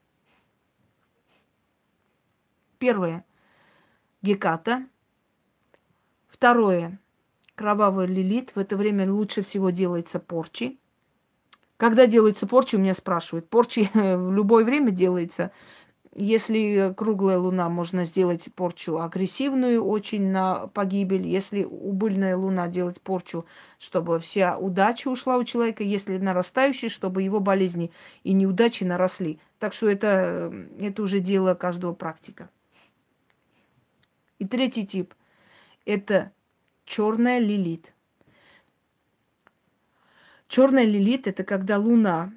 Первое. Геката. Второе. Кровавая Лилит. В это время лучше всего делается порчи. Когда делается порчи, у меня спрашивают. Порчи в любое время делается. Если круглая луна, можно сделать порчу агрессивную, очень на погибель. Если убыльная луна, делать порчу, чтобы вся удача ушла у человека. Если нарастающий, чтобы его болезни и неудачи наросли. Так что это уже дело каждого практика. И третий тип – это черная лилит. Черная лилит – это когда луна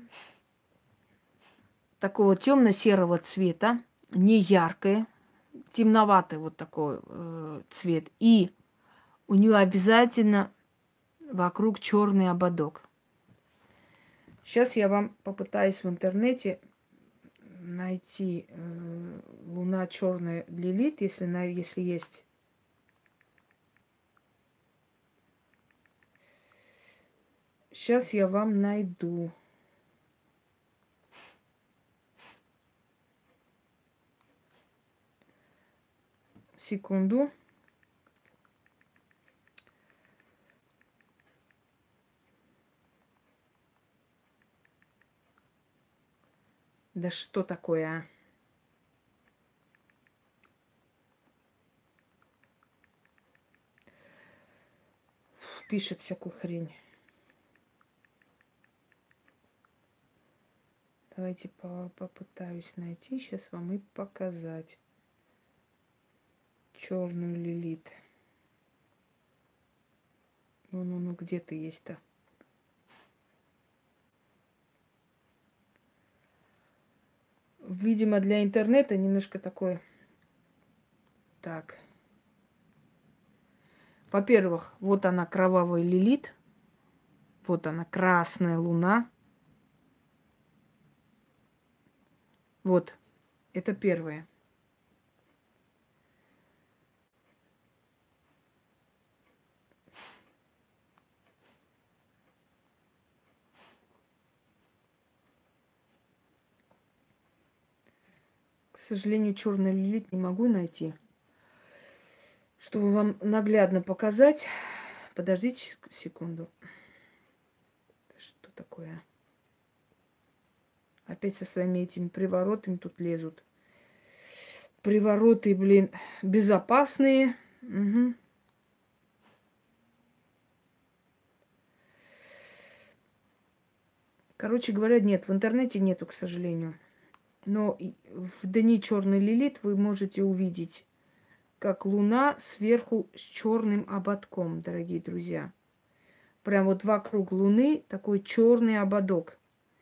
такого темно-серого цвета, не яркая, темноватый вот такой цвет. И у нее обязательно вокруг черный ободок. Сейчас я вам попытаюсь в интернете найти луна черная лилит, если есть. Сейчас я вам найду. Секунду. Да что такое, а? Пишет всякую хрень. Давайте попытаюсь найти сейчас вам и показать черную лилит. Ну, где ты есть-то? Видимо, для интернета немножко такое. Так. Во-первых, вот она, кровавая лилит. Вот она, красная луна. Вот, это первое. К сожалению, черный лилит не могу найти. Чтобы вам наглядно показать. Подождите секунду. Что такое? Опять со своими этими приворотами тут лезут. Привороты, блин, безопасные. Угу. Короче говоря, нет, в интернете нету, к сожалению. Но в дни черный лилит вы можете увидеть как луна сверху с черным ободком, дорогие друзья. Прям вот вокруг луны такой черный ободок.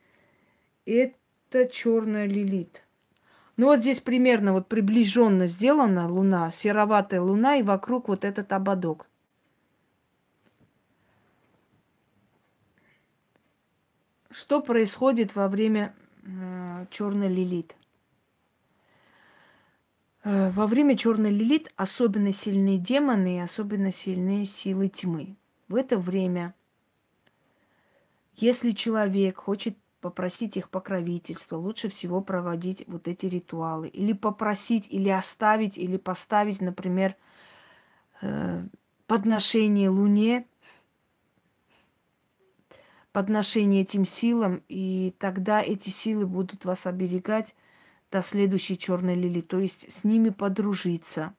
Это черная Лилит. Ну вот здесь примерно вот приближенно сделана луна, сероватая луна, и вокруг вот этот ободок. Что происходит во время черной Лилит? Во время черной Лилит особенно сильные демоны и особенно сильные силы тьмы. В это время, если человек хочет попросить их покровительства, лучше всего проводить вот эти ритуалы. Или попросить, или оставить, или поставить, например, подношение Луне, подношение этим силам, и тогда эти силы будут вас оберегать до следующей черной лили, то есть с ними подружиться.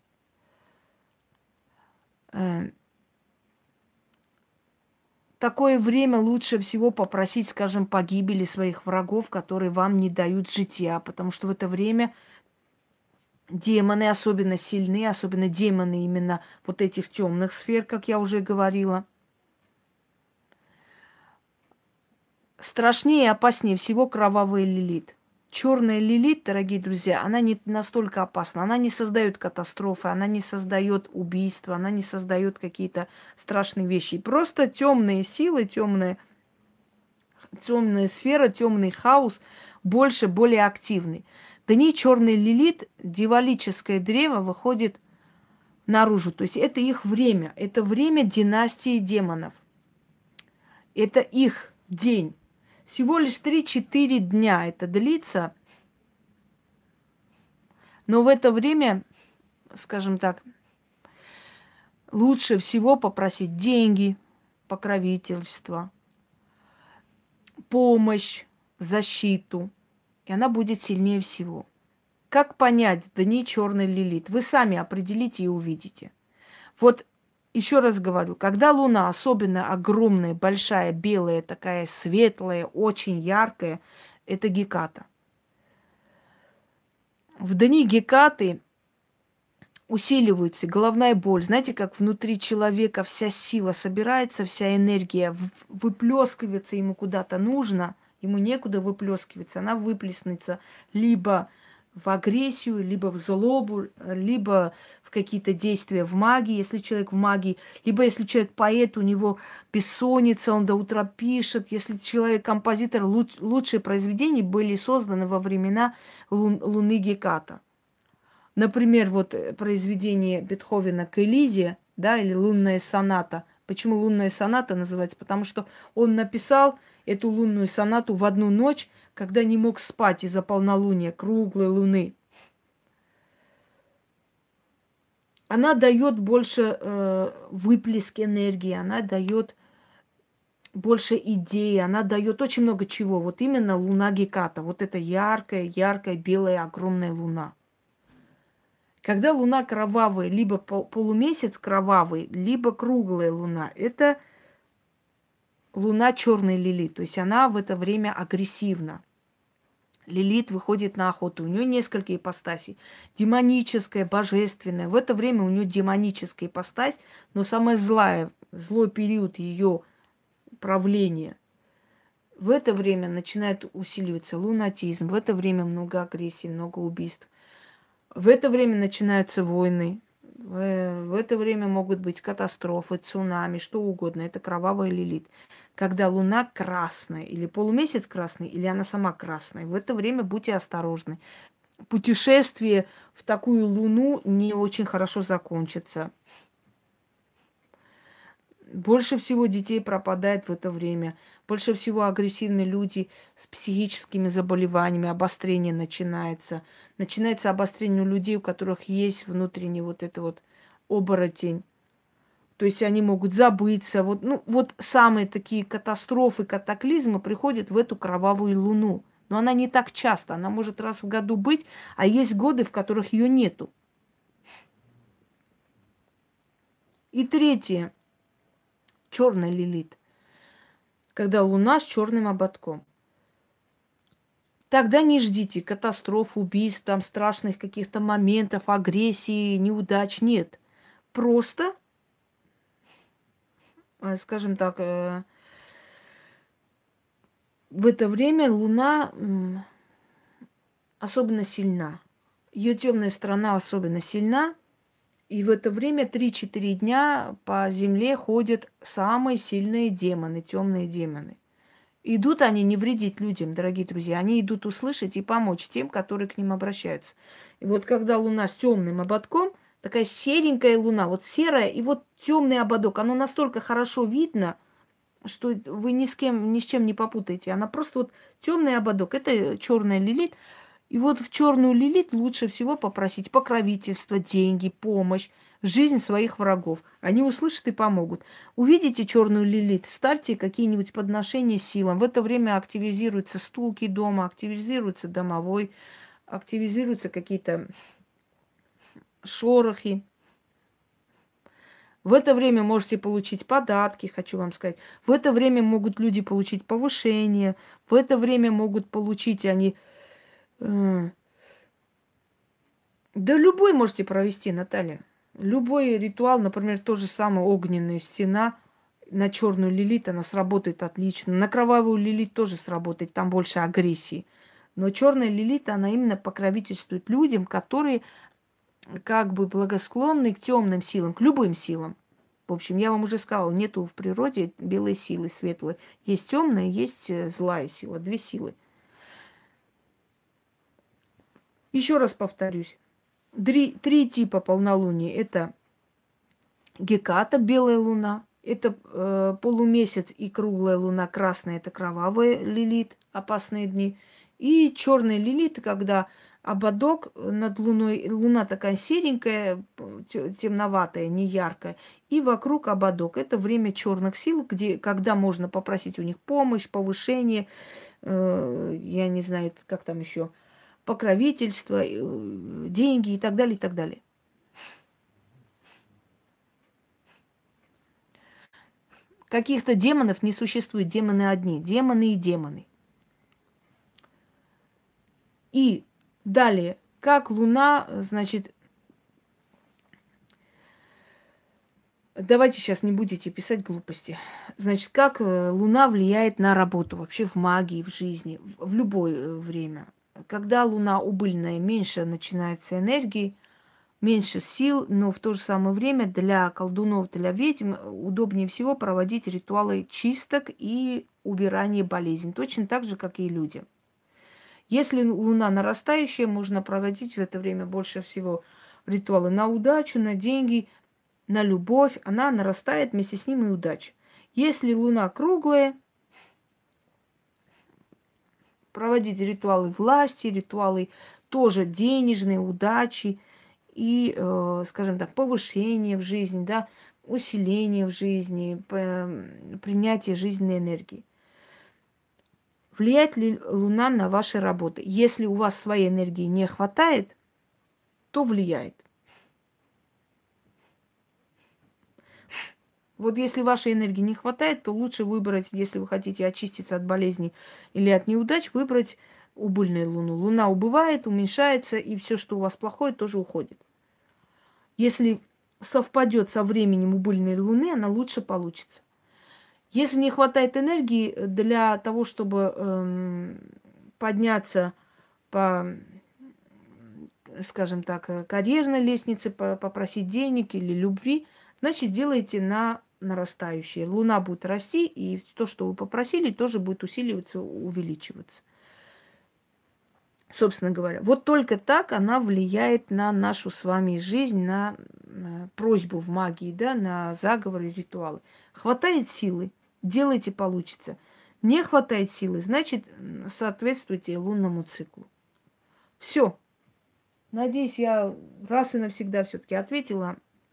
Такое время лучше всего попросить, скажем, погибели своих врагов, которые вам не дают житья, потому что в это время демоны особенно сильны, особенно демоны именно вот этих темных сфер, как я уже говорила. Страшнее и опаснее всего кровавая Лилит. Черная Лилит, дорогие друзья, она не настолько опасна. Она не создает катастрофы, она не создает убийства, она не создает какие-то страшные вещи. Просто темные силы, темная сфера, темный хаос больше, более активный. Дни черной Лилит, дьяволическое древо, выходит наружу. То есть это их время. Это время династии демонов. Это их день. Всего лишь 3-4 дня это длится. Но в это время, скажем так, лучше всего попросить деньги, покровительство, помощь, защиту. И она будет сильнее всего. Как понять дни черной Лилит? Вы сами определите и увидите. Вот еще раз говорю, когда луна особенно огромная, большая, белая, такая светлая, очень яркая, это Геката. В дни Гекаты усиливается головная боль. Знаете, как внутри человека вся сила собирается, вся энергия выплескивается ему куда-то нужно, ему некуда выплескиваться, она выплеснется либо в агрессию, либо в злобу, либо в какие-то действия в магии, если человек в магии, либо если человек поэт, у него бессонница, он до утра пишет. Если человек композитор, лучшие произведения были созданы во времена Луны Геката. Например, вот произведение Бетховена к Элизе, да, или «Лунная соната». Почему «Лунная соната» называется? Потому что он написал эту лунную сонату в одну ночь, когда не мог спать из-за полнолуния, круглой луны. Она дает больше выплеск энергии, она дает больше идей, она дает очень много чего. Вот именно луна Геката, вот эта яркая, яркая, белая, огромная луна. Когда луна кровавая, либо полумесяц кровавый, либо круглая луна, это луна черной Лилит. То есть она в это время агрессивна. Лилит выходит на охоту. У нее несколько ипостасей. Демоническая, божественная. В это время у нее демоническая ипостась, но самая злая, злой период ее правления. В это время начинает усиливаться лунатизм. В это время много агрессии, много убийств. В это время начинаются войны. В это время могут быть катастрофы, цунами, что угодно. Это кровавая Лилит. Когда луна красная, или полумесяц красный, или она сама красная. В это время будьте осторожны. Путешествие в такую луну не очень хорошо закончится. Больше всего детей пропадает в это время. Больше всего агрессивные люди с психическими заболеваниями, обострение начинается. Начинается обострение у людей, у которых есть внутренний вот это вот оборотень. То есть они могут забыться. Вот, ну, вот самые такие катастрофы, катаклизмы приходят в эту кровавую луну. Но она не так часто. Она может раз в году быть, а есть годы, в которых ее нету. И третье. Черная Лилит. Когда луна с черным ободком. Тогда не ждите катастроф, убийств, там, страшных каких-то моментов, агрессии, неудач. Нет. Просто, скажем так, в это время Луна особенно сильна. Ее темная сторона особенно сильна. И в это время 3-4 дня по Земле ходят самые сильные демоны, темные демоны. Идут они не вредить людям, дорогие друзья. Они идут услышать и помочь тем, которые к ним обращаются. И вот когда Луна с темным ободком, такая серенькая Луна, вот серая, и вот темный ободок, оно настолько хорошо видно, что вы ни с чем не попутаете. Она просто вот темный ободок. Это черная лилит. И вот в черную лилит лучше всего попросить покровительство, деньги, помощь, жизнь своих врагов. Они услышат и помогут. Увидите черную лилит, ставьте какие-нибудь подношения силам. В это время активизируются стуки дома, активизируется домовой, активизируются какие-то шорохи. В это время можете получить подарки, хочу вам сказать. В это время могут люди получить повышение. В это время могут получить они... Да любой можете провести, Наталья. Любой ритуал, например, то же самое огненная стена на черную лилит, она сработает отлично. На кровавую лилит тоже сработает, там больше агрессии. Но черная лилит, она именно покровительствует людям, которые как бы благосклонны к темным силам, к любым силам. В общем, я вам уже сказала, нету в природе белой силы, светлой. Есть темная, есть злая сила, две силы. Еще раз повторюсь. Три типа полнолуния. Это Геката, белая луна. Это полумесяц и круглая луна, красная, это кровавая лилит, опасные дни. И черная лилит, когда ободок над луной, луна такая серенькая, темноватая, не яркая, и вокруг ободок. Это время черных сил, когда можно попросить у них помощь, повышение, я не знаю, как там еще, покровительство, деньги и так далее, и так далее. Каких-то демонов не существует, демоны одни, демоны и демоны. И далее, как Луна, значит, давайте сейчас не будете писать глупости. Значит, как Луна влияет на работу вообще в магии, в жизни, в любое время. Когда Луна убыльная, меньше начинается энергии, меньше сил, но в то же самое время для колдунов, для ведьм удобнее всего проводить ритуалы чисток и убирания болезней, точно так же, как и людям. Если луна нарастающая, можно проводить в это время больше всего ритуалы на удачу, на деньги, на любовь. Она нарастает, вместе с ним и удача. Если луна круглая, проводить ритуалы власти, ритуалы тоже денежные, удачи и, скажем так, повышение в жизни, да, усиление в жизни, принятие жизненной энергии. Влияет ли Луна на ваши работы? Если у вас своей энергии не хватает, то влияет. Вот если вашей энергии не хватает, то лучше выбрать, если вы хотите очиститься от болезней или от неудач, выбрать убыльную Луну. Луна убывает, уменьшается, и все, что у вас плохое, тоже уходит. Если совпадет со временем убыльной Луны, она лучше получится. Если не хватает энергии для того, чтобы подняться по, скажем так, карьерной лестнице, попросить денег или любви, значит, делайте на нарастающее. Луна будет расти, и то, что вы попросили, тоже будет усиливаться, увеличиваться. Собственно говоря, вот только так она влияет на нашу с вами жизнь, на просьбу в магии, да, на заговоры, ритуалы. Хватает силы, делайте, получится. Не хватает силы, значит, соответствуйте лунному циклу. Все. Надеюсь, я раз и навсегда все-таки ответила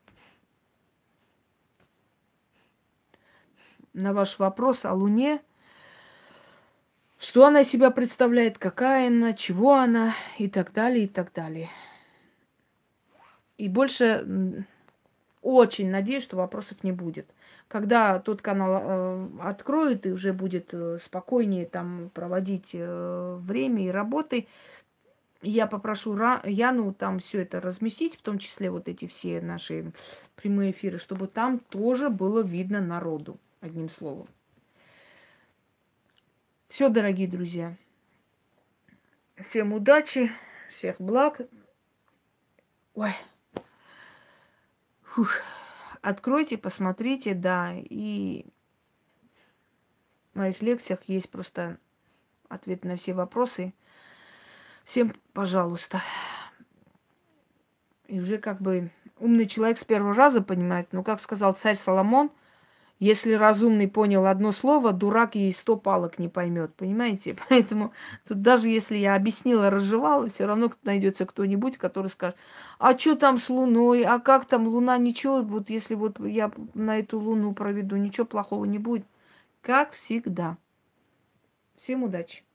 на ваш вопрос о Луне. Что она из себя представляет, какая она, чего она и так далее, и так далее. И больше очень надеюсь, что вопросов не будет. Когда тот канал откроют и уже будет спокойнее там проводить время и работы, я попрошу Яну там все это разместить, в том числе вот эти все наши прямые эфиры, чтобы там тоже было видно народу, одним словом. Все, дорогие друзья. Всем удачи, всех благ. Ой. Фух. Откройте, посмотрите, да. И в моих лекциях есть просто ответ на все вопросы. Всем, пожалуйста. И уже как бы умный человек с первого раза понимает. Ну, как сказал царь Соломон, если разумный понял одно слово, дурак и 100 палок не поймет. Понимаете? Поэтому тут даже если я объяснила, разжевала, все равно найдется кто-нибудь, который скажет, а что там с Луной, а как там Луна, ничего, вот если вот я на эту Луну проведу, ничего плохого не будет. Как всегда. Всем удачи.